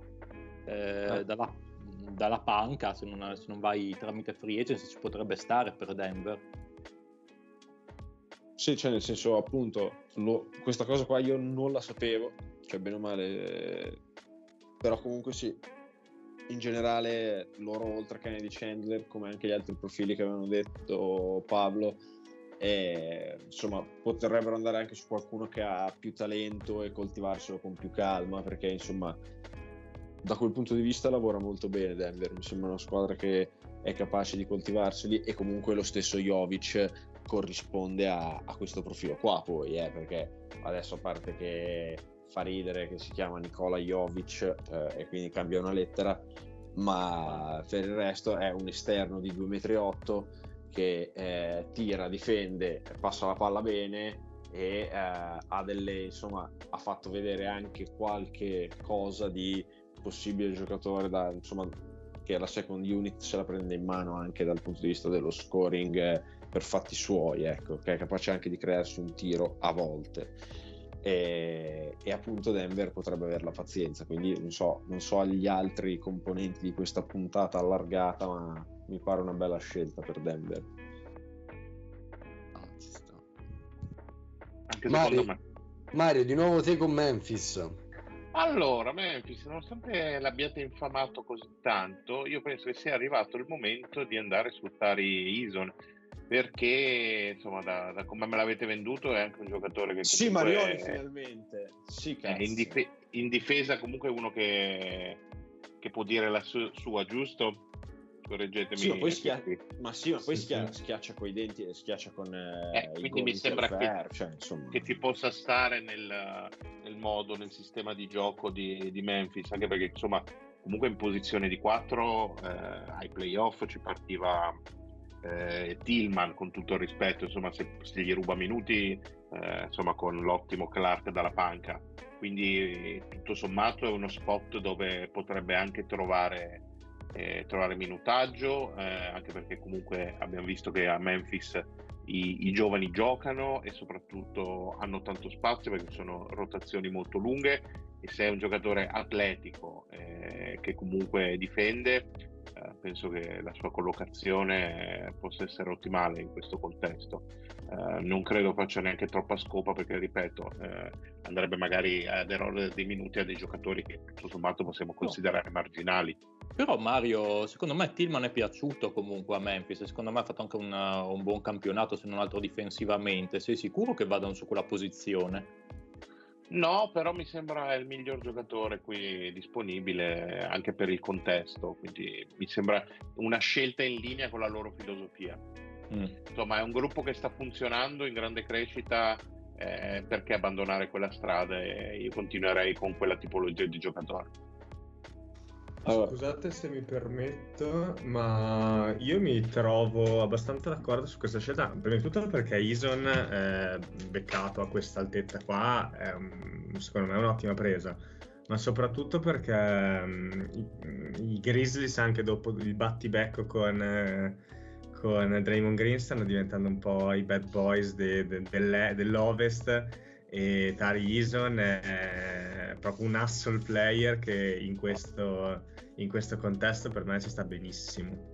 dalla panca, se non vai tramite free agency, ci potrebbe stare per Denver. Sì, cioè nel senso appunto questa cosa qua io non la sapevo, cioè bene o male, però comunque sì, in generale loro oltre a Kennedy Chandler, come anche gli altri profili che avevano detto Pablo, insomma potrebbero andare anche su qualcuno che ha più talento e coltivarselo con più calma, perché insomma da quel punto di vista lavora molto bene Denver, mi sembra una squadra che è capace di coltivarseli e comunque lo stesso Jovic corrisponde a questo profilo qua poi, perché adesso a parte che fa ridere che si chiama Nikola Jovic e quindi cambia una lettera, ma per il resto è un esterno di 2,8 m che tira, difende, passa la palla bene e ha fatto vedere anche qualche cosa di possibile giocatore che la second unit se la prende in mano anche dal punto di vista dello scoring per fatti suoi, ecco, che è capace anche di crearsi un tiro a volte e appunto Denver potrebbe avere la pazienza, quindi non so gli altri componenti di questa puntata allargata, ma mi pare una bella scelta per Denver. Ci sta. Anche secondo me. Mario, di nuovo te con Memphis. Allora, Memphis, nonostante l'abbiate infamato così tanto, io penso che sia arrivato il momento di andare su Tari Eason, perché insomma da come me l'avete venduto è anche un giocatore che sì, Marioni finalmente sì, in difesa comunque uno che può dire la sua, giusto? Correggetemi. Sì, ma poi schiaccia coi denti e schiaccia con quindi mi sembra che ci possa stare nel modo, nel sistema di gioco di Memphis, anche perché insomma comunque in posizione di 4 ai playoff ci partiva Tillman, con tutto il rispetto, insomma se gli ruba minuti insomma con l'ottimo Clark dalla panca, quindi tutto sommato è uno spot dove potrebbe anche trovare minutaggio, anche perché comunque abbiamo visto che a Memphis i giovani giocano e soprattutto hanno tanto spazio perché sono rotazioni molto lunghe, e se è un giocatore atletico che comunque difende, penso che la sua collocazione possa essere ottimale in questo contesto. Non credo faccia neanche troppa scopa, perché ripeto, andrebbe magari ad erodere dei minuti a dei giocatori che tutto sommato possiamo considerare marginali. Però Mario, secondo me Tillman è piaciuto comunque a Memphis, secondo me ha fatto anche un buon campionato, se non altro difensivamente. Sei sicuro che vadano su quella posizione? No, però mi sembra il miglior giocatore qui disponibile anche per il contesto, quindi mi sembra una scelta in linea con la loro filosofia. Insomma, è un gruppo che sta funzionando in grande crescita, perché abbandonare quella strada? Io continuerei con quella tipologia di giocatore. Allora, scusate se mi permetto, ma io mi trovo abbastanza d'accordo su questa scelta, prima di tutto perché Eason beccato a questa altezza qua secondo me è un'ottima presa, ma soprattutto perché i Grizzlies, anche dopo il battibecco con Draymond Green, stanno diventando un po' i bad boys dell'Ovest, e Tari Eason è proprio un hustle player che in questo contesto per me ci sta benissimo.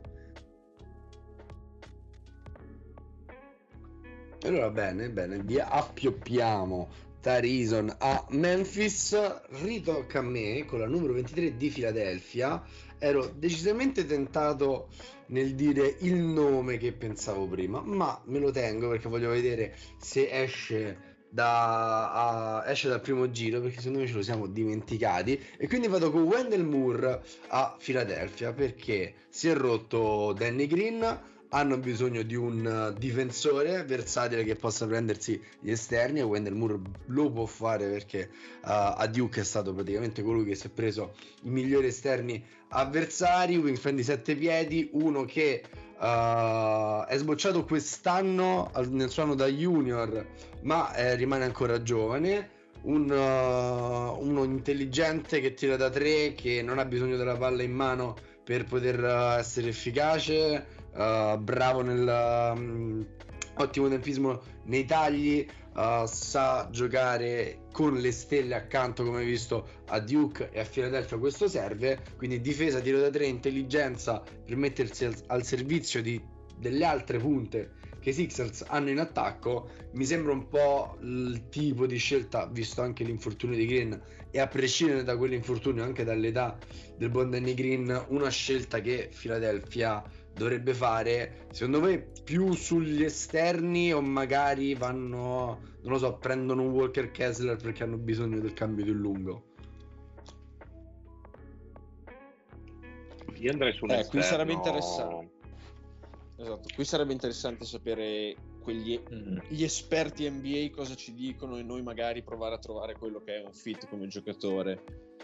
Allora bene, vi appioppiamo Tari Eason a Memphis. Ritocca a me con la numero 23 di Philadelphia. Ero decisamente tentato nel dire il nome che pensavo prima, ma me lo tengo perché voglio vedere se esce dal primo giro, perché secondo me ce lo siamo dimenticati, e quindi vado con Wendell Moore a Philadelphia perché si è rotto Danny Green, hanno bisogno di un difensore versatile che possa prendersi gli esterni, e Wendell Moore lo può fare perché a Duke è stato praticamente colui che si è preso i migliori esterni avversari. Wingspan di 7 piedi, uno che è sbocciato quest'anno nel suo anno da junior, ma rimane ancora giovane, uno intelligente che tira da 3, che non ha bisogno della palla in mano per poter essere efficace, bravo ottimo tempismo nei tagli, sa giocare con le stelle accanto, come hai visto a Duke e a Philadelphia questo serve, quindi difesa, tiro da 3, intelligenza per mettersi al servizio delle altre punte che i Sixers hanno in attacco. Mi sembra un po' il tipo di scelta, visto anche l'infortunio di Green e a prescindere da quell'infortunio anche dall'età del buon Danny Green, una scelta che Philadelphia dovrebbe fare, secondo me, più sugli esterni, o magari vanno, non lo so, prendono un Walker Kessler perché hanno bisogno del cambio di un lungo. Io andrei su un esterno. Qui sarebbe interessante. Esatto, qui sarebbe interessante sapere gli esperti NBA cosa ci dicono, e noi magari provare a trovare quello che è un fit come giocatore.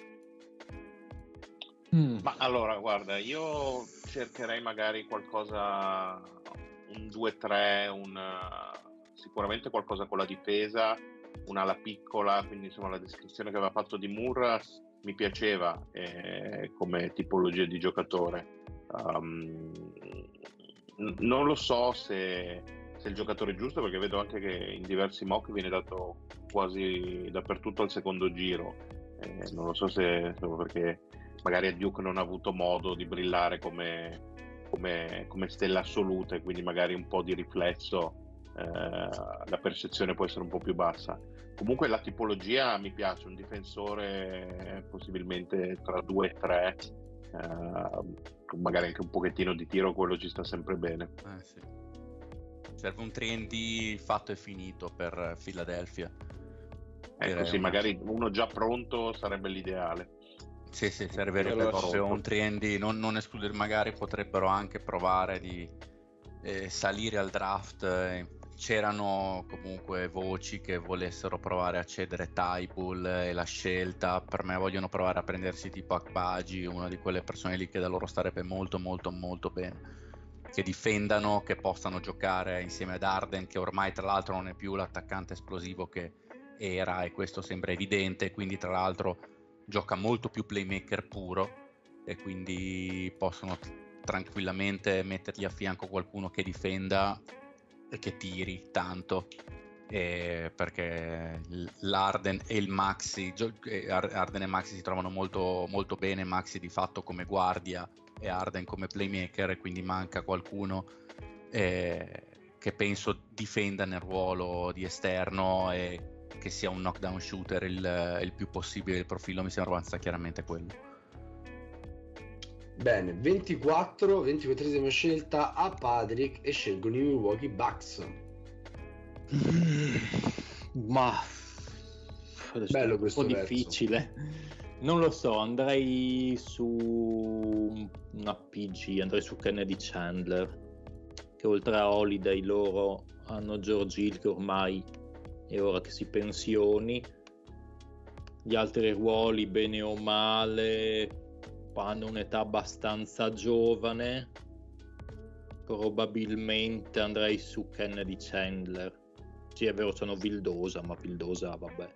Ma allora, guarda, io cercherei magari qualcosa, un 2-3, sicuramente qualcosa con la difesa, un'ala piccola, quindi insomma la descrizione che aveva fatto di Moore mi piaceva come tipologia di giocatore. Non lo so se è il giocatore giusto, perché vedo anche che in diversi mock viene dato quasi dappertutto al secondo giro, non lo so se perché magari a Duke non ha avuto modo di brillare come stella assoluta, e quindi magari un po' di riflesso la percezione può essere un po' più bassa. Comunque la tipologia mi piace, un difensore possibilmente tra 2 e 3, magari anche un pochettino di tiro, quello ci sta sempre bene. Sì. Serve un 3&D fatto e finito per Philadelphia. Ecco, sì, magari uno già pronto sarebbe l'ideale. Sì, servirebbe proprio un 3&D, non escludere, magari potrebbero anche provare di salire al draft. C'erano comunque voci che volessero provare a cedere Thybulle e la scelta. Per me vogliono provare a prendersi tipo Agbaji, una di quelle persone lì che da loro starebbe molto molto molto bene, che difendano, che possano giocare insieme ad Harden, che ormai tra l'altro non è più l'attaccante esplosivo che era, e questo sembra evidente, quindi tra l'altro gioca molto più playmaker puro, e quindi possono tranquillamente mettergli a fianco qualcuno che difenda e che tiri tanto, perché l'Arden e il Maxi, Arden e Maxi si trovano molto, molto bene, Maxi di fatto come guardia e Arden come playmaker, e quindi manca qualcuno che penso difenda nel ruolo di esterno e che sia un knockdown shooter il più possibile. Il profilo mi sembra abbastanza chiaramente quello. Bene, 24esima scelta a Patrick, e scelgono i Milwaukee Bucks. Ma Bello un questo po' verso. difficile. Non lo so, andrei su una PG, andrei su Kennedy Chandler, che oltre a Holiday loro hanno George Hill che ormai è ora che si pensioni. Gli altri ruoli, bene o male, hanno un'età abbastanza giovane. Probabilmente andrei su Kennedy Chandler. Sì, è vero, c'hanno Vildosa, ma Vildosa, vabbè.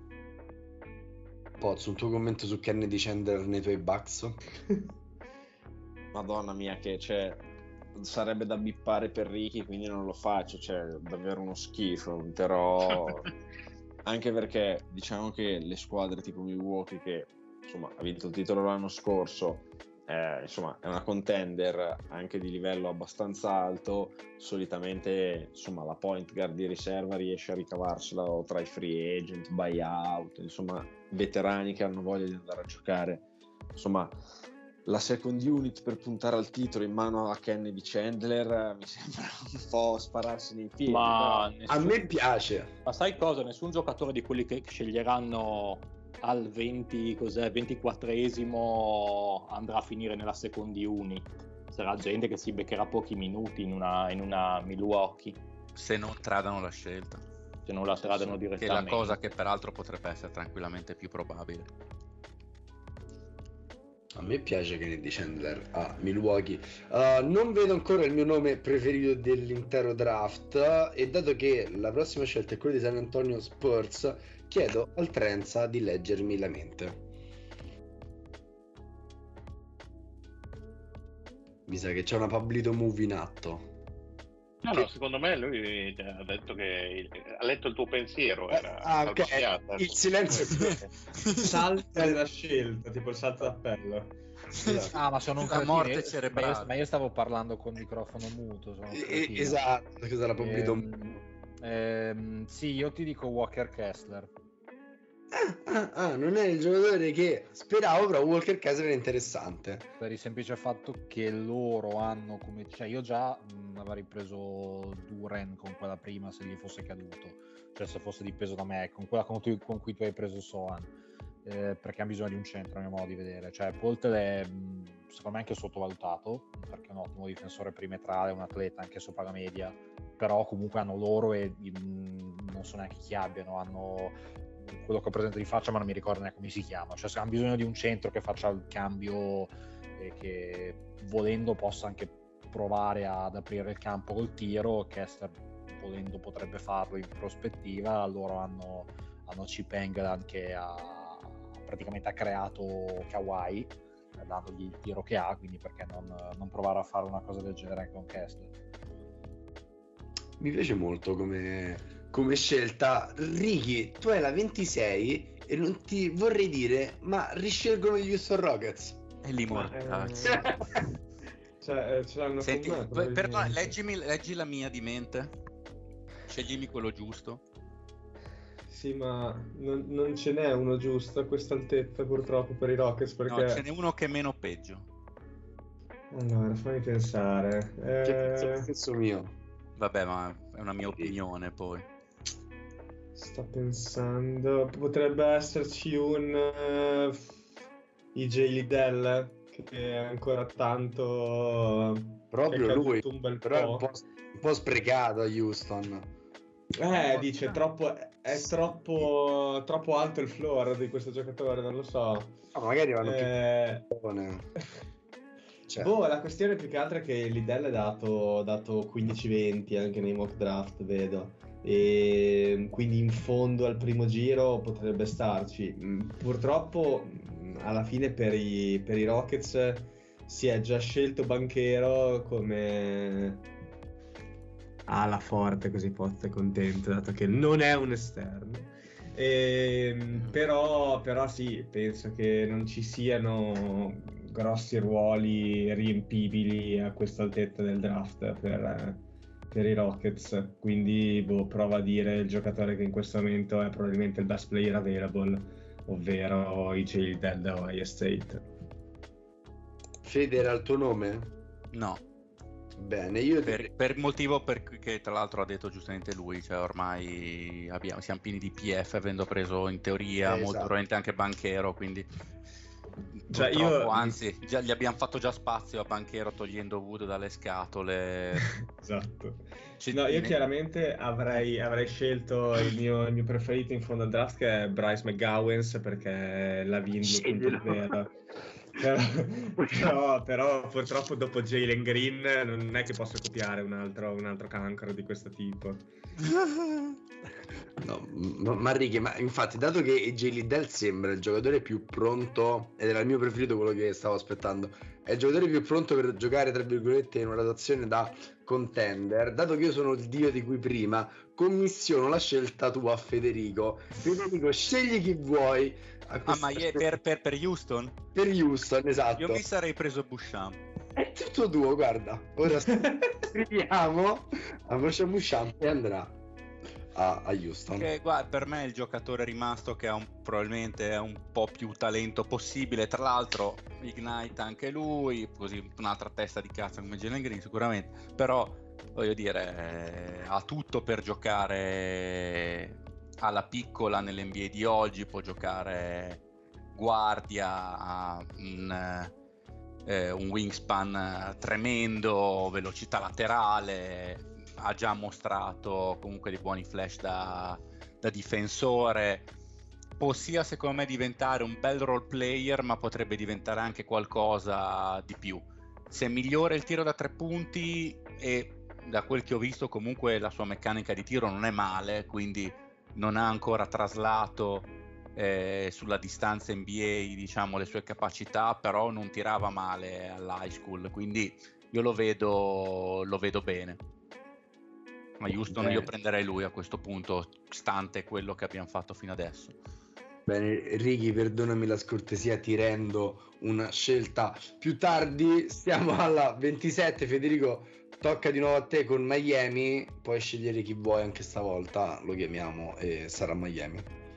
Pozzo, un tuo commento su Kennedy Chandler nei tuoi Bucks? Madonna mia, che sarebbe da bippare per Ricky, quindi non lo faccio, davvero uno schifo, però anche perché diciamo che le squadre tipo Milwaukee, che insomma ha vinto il titolo l'anno scorso, insomma è una contender anche di livello abbastanza alto, solitamente insomma la point guard di riserva riesce a ricavarsela tra i free agent, buyout, insomma veterani che hanno voglia di andare a giocare. Insomma, la second unit per puntare al titolo in mano a Kennedy Chandler mi sembra un po' spararsi nei piedi. Ma A me piace. Ma sai cosa? Nessun giocatore di quelli che sceglieranno al 24esimo andrà a finire nella second unit. Sarà gente che si beccherà pochi minuti in una Milwaukee. Se non tradano la scelta. Se non la tradano Che è direttamente. la cosa che peraltro potrebbe essere tranquillamente più probabile. A me piace Kennedy Chandler a Milwaukee. Non vedo ancora il mio nome preferito dell'intero draft, e dato che la prossima scelta è quella di San Antonio Spurs, chiedo al Trenza di leggermi la mente. Mi sa che c'è una Pablito Move in atto. No, secondo me lui ha detto che ha letto il tuo pensiero, era ok. balbuziata. Il silenzio Salta la scelta, tipo il salto d'appello. Ah, ma sono un La morte cretino. cerebrale. Ma io stavo parlando con microfono muto. Sono un cretino. Esatto, questa è la Pablito Move. Sì, io ti dico Walker Kessler. Non è il giocatore che speravo, però Walker Kessler è interessante. Per il semplice fatto che loro hanno come... Cioè io già avrei preso Duren con quella prima se gli fosse caduto, cioè se fosse dipeso da me, con quella con cui tu hai preso Sohan, perché hanno bisogno di un centro a mio modo di vedere. Cioè Poltel è secondo me anche sottovalutato, perché è un ottimo difensore perimetrale, un atleta anche sopra la media, però comunque hanno loro e non so neanche chi abbiano, hanno quello che ho presente di faccia ma non mi ricordo neanche come si chiama, cioè se hanno bisogno di un centro che faccia il cambio e che volendo possa anche provare ad aprire il campo col tiro, Kessler volendo potrebbe farlo in prospettiva. Loro hanno Chip Engelland che praticamente ha creato Kawhi dandogli il tiro che ha, quindi perché non provare a fare una cosa del genere anche con Kessler. Mi piace molto come scelta. Ricky, tu hai la 26 e non ti vorrei dire, ma riscelgono gli Houston Rockets. E lì mortacci. Cioè, ce l'hanno Senti, firmato, perdona, probabilmente. leggi la mia di mente. Sceglimi quello giusto. Sì, ma non ce n'è uno giusto a questa altezza purtroppo per i Rockets, perché... No, ce n'è uno che è meno peggio. Allora, fammi pensare. Che penso lo stesso mio. Vabbè, ma è una mia opinione poi. Sto pensando... Potrebbe esserci un EJ Liddell, che è ancora tanto... Proprio è lui, caduto un bel però è po'. un po' sprecato a Houston. Dice è troppo alto il floor di questo giocatore, non lo so. Magari vanno più buone. Cioè. La questione più che altro è che Liddell è dato 15-20 anche nei mock draft, vedo, e quindi in fondo al primo giro potrebbe starci. Purtroppo alla fine per i Rockets si è già scelto Banchero come ala forte, così Pozzo è contento dato che non è un esterno, però sì, penso che non ci siano grossi ruoli riempibili a questa altezza del draft per i Rockets, quindi prova a dire il giocatore che in questo momento è probabilmente il best player available, ovvero EJ Liddell da Ohio State. Fede, era il tuo nome? No. Bene, io per il motivo che tra l'altro ha detto giustamente lui, cioè ormai siamo pieni di PF avendo preso in teoria molto esatto. probabilmente anche Banchero, quindi Cioè, purtroppo, anzi gli abbiamo fatto già spazio a Banchero togliendo Wood dalle scatole. Esatto. No, io chiaramente avrei scelto il mio preferito in fondo al draft, che è Bryce McGowens, perché è la Vin 2.0. Però purtroppo dopo Jalen Green non è che posso copiare un altro cancro di questo tipo. No, ma Ricky, ma infatti, dato che AJ Liddell sembra il giocatore più pronto, ed era il mio preferito, quello che stavo aspettando, è il giocatore più pronto per giocare, tra virgolette, in una rotazione da contender, dato che io sono il dio di cui prima, commissiono la scelta tua a Federico. Federico, scegli chi vuoi. Ma per Houston? Per Houston, esatto. Io mi sarei preso Bouchamp. È tutto tuo, guarda. Ora scriviamo a Bouchamp e andrà a Houston. Che, guarda, per me è il giocatore rimasto che probabilmente è un po' più talento possibile. Tra l'altro Ignite anche lui, così un'altra testa di cazzo come Jalen Green sicuramente, però voglio dire ha tutto per giocare alla piccola nell'NBA di oggi, può giocare guardia, ha un wingspan tremendo, velocità laterale, ha già mostrato comunque dei buoni flash da difensore, può sia secondo me diventare un bel role player, ma potrebbe diventare anche qualcosa di più. Se migliora il tiro da 3 punti, e da quel che ho visto comunque la sua meccanica di tiro non è male, quindi non ha ancora traslato sulla distanza NBA diciamo le sue capacità, però non tirava male all'high school, quindi io lo vedo bene. Ma Houston io prenderei lui a questo punto, stante quello che abbiamo fatto fino adesso. Bene, Ricky, perdonami la scortesia, ti rendo una scelta più tardi. Stiamo alla 27, Federico, tocca di nuovo a te con Miami, puoi scegliere chi vuoi anche stavolta, lo chiamiamo e sarà Miami.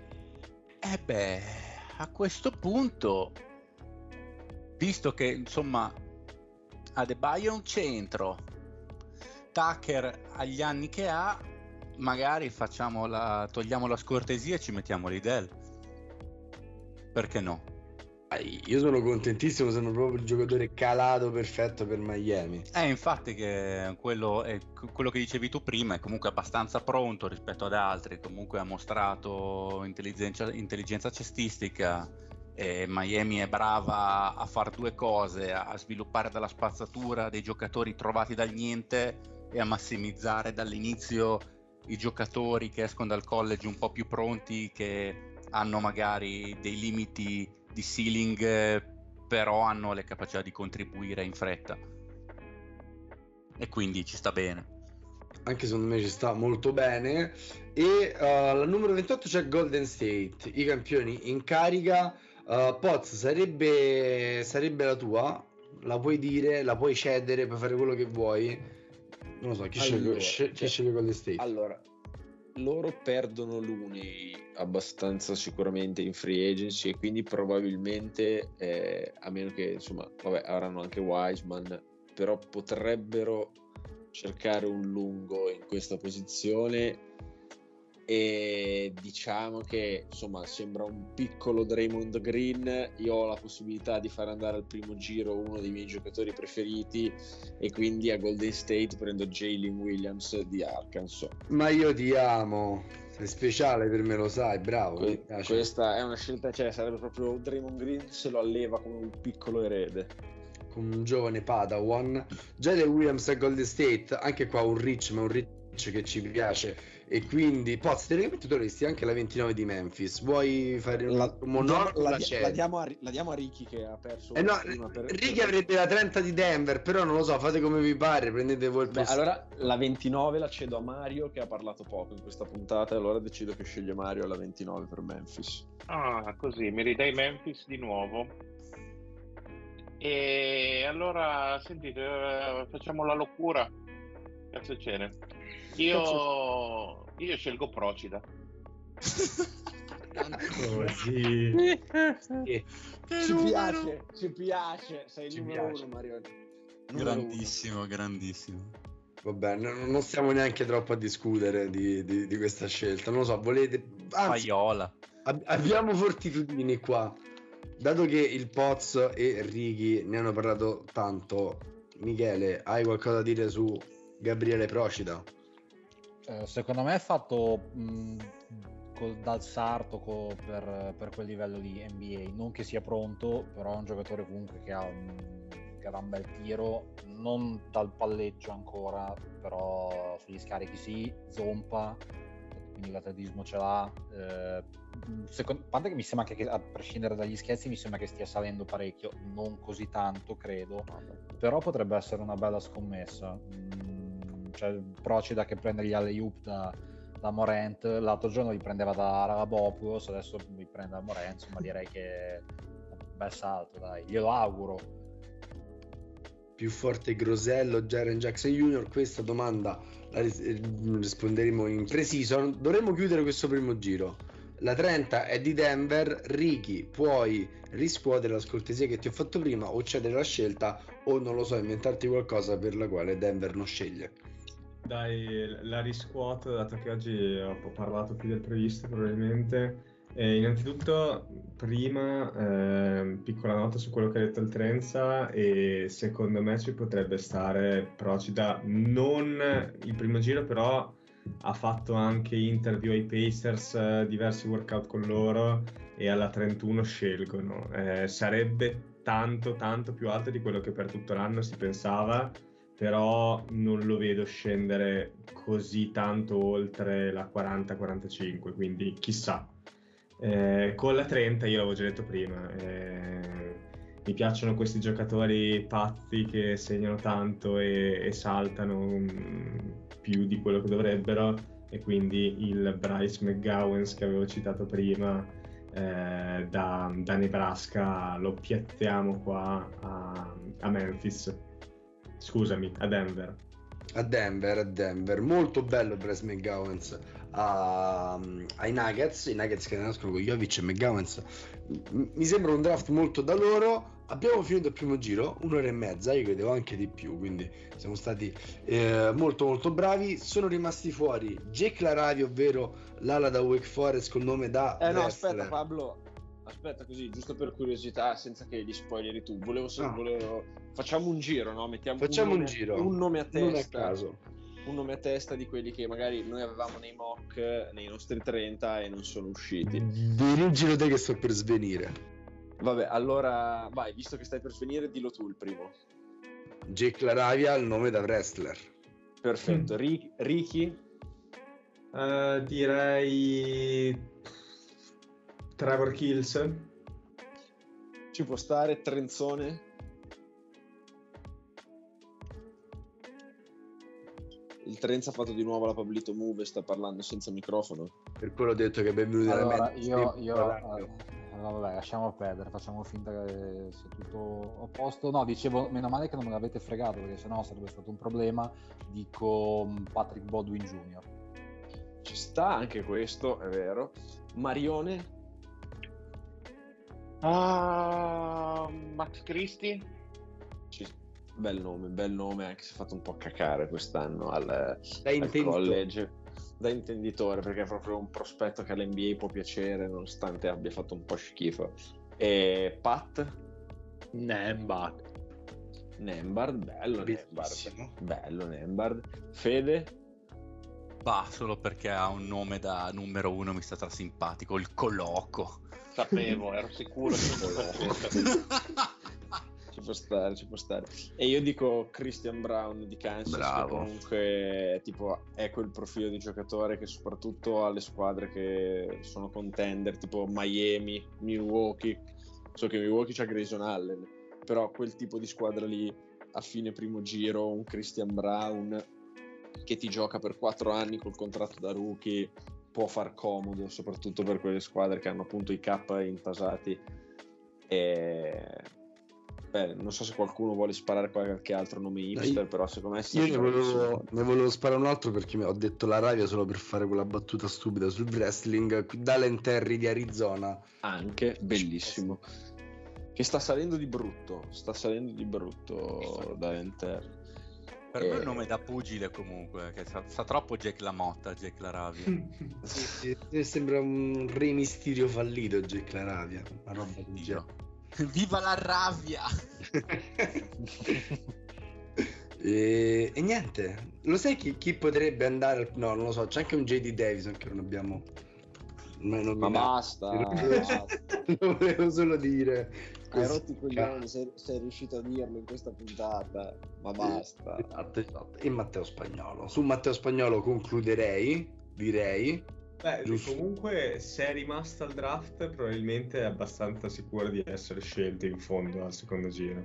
A questo punto, visto che insomma Adebayo è un centro, Tucker agli anni che ha, magari togliamo la scortesia e ci mettiamo Liddell, perché no? Io sono contentissimo, sono proprio il giocatore calato perfetto per Miami. Infatti che quello che dicevi tu prima, è comunque abbastanza pronto rispetto ad altri, comunque ha mostrato intelligenza cestistica, e Miami è brava a fare due cose: a sviluppare dalla spazzatura dei giocatori trovati dal niente e a massimizzare dall'inizio i giocatori che escono dal college un po' più pronti, che hanno magari dei limiti di ceiling, però hanno le capacità di contribuire in fretta, e quindi ci sta bene. Anche secondo me ci sta molto bene. E al numero 28 c'è Golden State, i campioni in carica. Poz, sarebbe la tua, la puoi dire, la puoi cedere, puoi fare quello che vuoi. Non lo so, chi sceglie Golden State? Allora, loro perdono l'Uni abbastanza sicuramente in free agency, e quindi probabilmente a meno che insomma avranno anche Wiseman, però potrebbero cercare un lungo in questa posizione, e diciamo che insomma sembra un piccolo Draymond Green. Io ho la possibilità di far andare al primo giro uno dei miei giocatori preferiti, e quindi a Golden State prendo Jalen Williams di Arkansas. Ma io ti amo, sei speciale per me, lo sai, bravo. Questa è una scelta, cioè sarebbe proprio Draymond Green se lo alleva come un piccolo erede, come un giovane Padawan. Jalen Williams a Golden State, anche qua un rich, ma un rich che ci piace. E quindi Poz, teoricamente tu avresti anche la 29 di Memphis. Vuoi fare un monologo? La diamo a Ricky, che ha perso prima Ricky avrebbe la 30 di Denver, però non lo so, fate come vi pare, prendete voi il posto. Allora la 29 la cedo a Mario, che ha parlato poco in questa puntata, e allora decido che sceglie Mario alla 29 per Memphis. Così mi ridai Memphis di nuovo. E allora sentite, facciamo la locura. Cazzo c'è? Io scelgo Procida. Così. Ci piace, sei il numero uno, Mario. grandissimo. Vabbè, non stiamo neanche troppo a discutere di questa scelta. Non lo so, volete... Anzi, Faiola. abbiamo fortitudini qua. Dato che il Poz e Ricky ne hanno parlato tanto, Michele, hai qualcosa da dire su Gabriele Procida? Secondo me è fatto dal sarto per quel livello di NBA. Non che sia pronto, però è un giocatore comunque che ha un bel tiro, non dal palleggio ancora, però sugli scarichi sì, zompa, quindi l'atletismo ce l'ha. A parte che mi sembra che a prescindere dagli scherzi mi sembra che stia salendo parecchio, non così tanto credo, però potrebbe essere una bella scommessa. Cioè Procida che prende gli alley-oop da Morant, l'altro giorno li prendeva da Arabopoulos, adesso li prende da Morant, insomma direi che è un bel salto, dai, glielo auguro. Più forte Grosello, Jaren Jackson Jr.? Questa domanda la risponderemo in preciso. Dovremmo chiudere questo primo giro. La 30 è di Denver. Ricky, puoi riscuotere la scortesia che ti ho fatto prima o cedere la scelta o non lo so, inventarti qualcosa per la quale Denver non sceglie. Dai, la riscuoto, dato che oggi ho parlato più del previsto probabilmente. Innanzitutto, prima, piccola nota su quello che ha detto il Trenza, e secondo me ci potrebbe stare Procida, non il primo giro, però ha fatto anche interview ai Pacers, diversi workout con loro, e alla 31 scelgono. Sarebbe tanto più alto di quello che per tutto l'anno si pensava, però non lo vedo scendere così tanto oltre la 40-45, quindi chissà. Con la 30 io l'avevo già detto prima, mi piacciono questi giocatori pazzi che segnano tanto e saltano più di quello che dovrebbero, e quindi il Bryce McGowens che avevo citato prima da Nebraska lo piazziamo qua a Memphis, scusami, a Denver. A Denver, molto bello Bryce McGowens ai Nuggets, i Nuggets che nascono con Jovic e McGowens. Mi sembra un draft molto da loro. Abbiamo finito il primo giro, 1 ora e mezza, io credevo anche di più, quindi siamo stati molto bravi. Sono rimasti fuori Jake LaRavia, ovvero l'ala da Wake Forest col nome da no, aspetta Pablo, aspetta, così giusto per curiosità, senza che gli spoileri tu, volevo facciamo un giro, no? Facciamo un giro, un nome a testa, non a caso, un nome a testa di quelli che magari noi avevamo nei mock, nei nostri 30 e non sono usciti. Dirigilo te che sto per svenire. Vabbè, allora vai, visto che stai per svenire, dillo tu il primo. Jake LaRavia, il nome da wrestler. Perfetto. Ricky? Direi Trevor Kills. Ci può stare. Trenzone? Il Trenza ha fatto di nuovo la Pablito Move e sta parlando senza microfono. Per quello ho detto che benvenuti allora, vabbè, lasciamo perdere, facciamo finta che sia tutto a posto. No, dicevo, meno male che non me l'avete fregato, perché sennò sarebbe stato un problema. Dico Patrick Baldwin Jr. Ci sta anche questo, è vero. Marione? Max Christie? Bel nome, anche se ha fatto un po' cacare quest'anno al college. Da intenditore, perché è proprio un prospetto che all'NBA può piacere nonostante abbia fatto un po' schifo. E Pat? Nembhard, bello Nembhard. Fede? Bah, solo perché ha un nome da numero 1 mi sta simpatico, il Coloco. Sapevo, ero sicuro Ci può stare. E io dico Christian Brown di Kansas. Bravo. Che comunque tipo è quel profilo di giocatore che soprattutto alle squadre che sono contender, tipo Miami, Milwaukee. So che Milwaukee c'ha Grayson Allen, però quel tipo di squadra lì a fine primo giro, un Christian Brown che ti gioca per 4 anni col contratto da rookie può far comodo, soprattutto per quelle squadre che hanno appunto i cap intasati. Non so se qualcuno vuole sparare qualche altro nome hipster, però secondo me io ne volevo sparare un altro, perché ho detto LaRavia solo per fare quella battuta stupida sul wrestling. Dalen Terry di Arizona, anche bellissimo. che sta salendo di brutto dall'Inter. Per me è un nome da pugile comunque, che sa troppo Jake LaMotta, Jake LaRavia. Sì, sembra un Re Mysterio fallito Jake LaRavia, una roba del genere. Viva la rabbia! E niente, lo sai chi potrebbe andare? No, non lo so, c'è anche un JD Davison che non abbiamo. Ma basta. Lo volevo solo dire. Hai rotto i coglioni, sei riuscito a dirlo in questa puntata, ma basta. Esatto. E Matteo Spagnolo. Su Matteo Spagnolo concluderei, direi. Beh, comunque se è rimasto al draft probabilmente è abbastanza sicuro di essere scelto in fondo al secondo giro.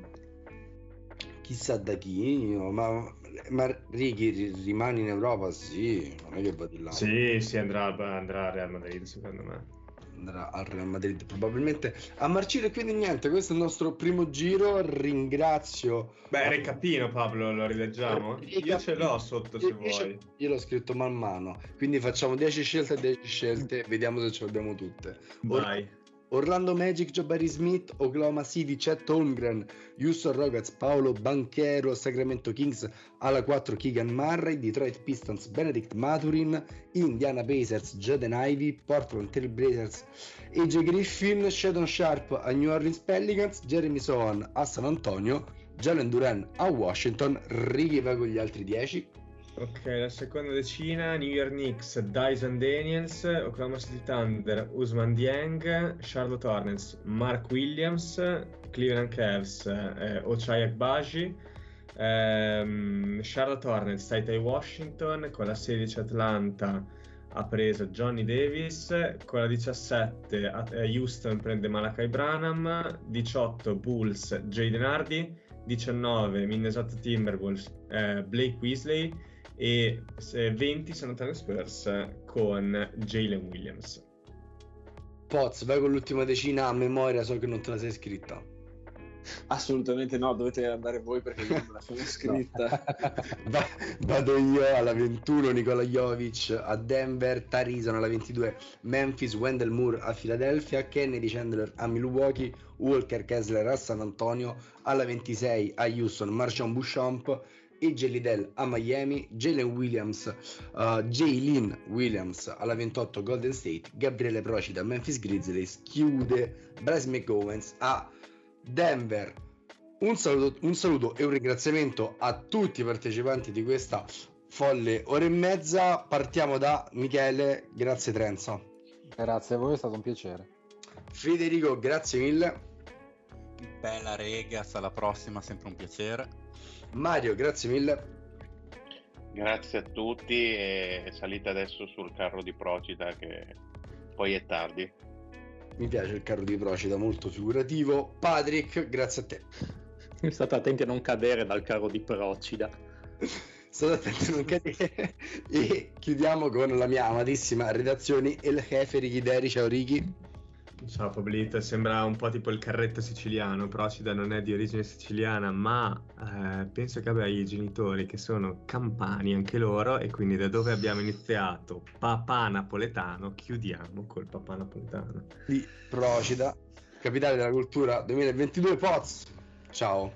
Chissà da chi, ma Ricky rimane in Europa? Sì, non è che va di là. Sì, andrà al Real Madrid secondo me. Andrà al Real Madrid probabilmente a marcire. Quindi niente, questo è il nostro primo giro. Ringrazio. Recapino, Pablo, lo rileggiamo? Io ce l'ho sotto se vuoi. Io l'ho scritto man mano, quindi facciamo 10 scelte, vediamo se ce le abbiamo tutte. Vai. Orlando Magic, Jabari Smith, Oklahoma City, Chet Holmgren, Houston Rockets, Paolo Banchero, Sacramento Kings, alla 4 Keegan Murray, Detroit Pistons, Benedict Maturin, Indiana Pacers, Jaden Ivey, Portland Trail Blazers, AJ Griffin, Shadon Sharp a New Orleans Pelicans, Jeremy Sohan a San Antonio, Jalen Duren a Washington. Righi va con gli altri 10. Ok, la seconda decina: New York Knicks, Dyson Daniels, Oklahoma City Thunder, Ousmane Dieng, Charlotte Hornets, Mark Williams, Cleveland Cavs, Ochai Agbaji, Charlotte Hornets, Ty Washington, con la 16 Atlanta ha preso Johnny Davis, con la 17 Houston prende Malachi Branham, 18 Bulls Jaden Hardy, 19 Minnesota Timberwolves Blake Weasley e 20 San Antonio Spurs con Jalen Williams. Poz, vai con l'ultima decina a memoria, so che non te la sei scritta. Assolutamente no, dovete andare voi perché io non me la sono scritta. Vado io alla 21 Nikola Jovic a Denver, Tarison alla 22 Memphis, Wendell Moore a Philadelphia, Kennedy Chandler a Milwaukee, Walker Kessler a San Antonio, alla 26 a Houston Marshawn Beauchamp e Jelly a Miami, Jalen Williams, Jaylin Williams alla 28 Golden State, Gabriele Procida a Memphis Grizzlies, chiude Bryce McGowens a Denver. Un saluto e un ringraziamento a tutti i partecipanti di questa folle ora e mezza. Partiamo da Michele, grazie Trenza. Grazie a voi, è stato un piacere. Federico, grazie mille. Bella Regas, alla prossima, sempre un piacere. Mario, grazie mille. Grazie a tutti e salite adesso sul carro di Procida che poi è tardi. Mi piace il carro di Procida, molto figurativo. Patrick, grazie a te. State attenti a non cadere dal carro di Procida. State attenti a non cadere. E chiudiamo con la mia amatissima redazione El Jefe Ricky Deri. Ciao Ricky. Ciao Pablito, sembra un po' tipo il carretto siciliano. Procida non è di origine siciliana, ma penso che abbia i genitori che sono campani anche loro, e quindi da dove abbiamo iniziato papà napoletano chiudiamo col papà napoletano Di Procida, capitale della cultura 2022. Poz, ciao.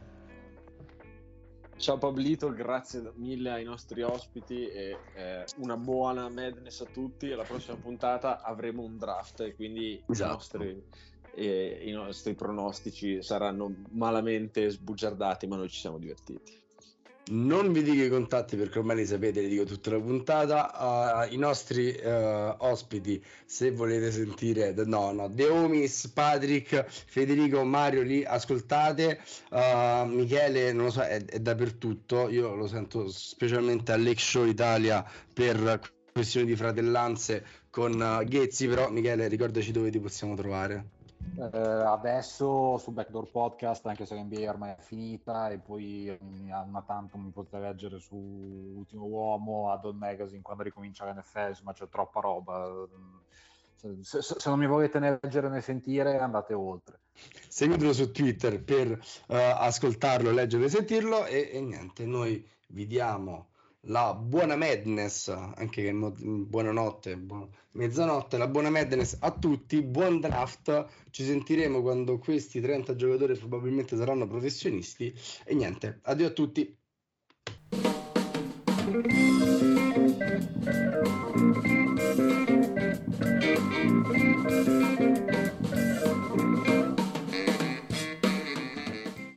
Ciao Pablito, grazie mille ai nostri ospiti e una buona Madness a tutti. Alla prossima puntata avremo un draft e quindi esatto. i nostri pronostici saranno malamente sbugiardati, ma noi ci siamo divertiti. Non vi dico i contatti perché ormai li sapete, li dico tutta la puntata. I nostri ospiti, se volete sentire The Homies, Patrick, Federico, Mario, li ascoltate. Michele, non lo so, è dappertutto. Io lo sento specialmente a Lake Show Italia per questioni di fratellanze con Ghezzi. Però Michele, ricordaci dove ti possiamo trovare. Adesso su Backdoor Podcast, anche se l'NBA ormai è finita, e poi una tanto mi potete leggere su Ultimo Uomo, Adult Magazine quando ricomincia l'NFL. Insomma, c'è troppa roba. Se non mi volete né leggere né sentire, andate oltre. Seguitelo su Twitter per ascoltarlo, leggerlo e sentirlo. E niente, noi vi diamo la buona madness, anche che buonanotte, mezzanotte, la buona madness a tutti, buon draft, ci sentiremo quando questi 30 giocatori probabilmente saranno professionisti e niente, addio a tutti.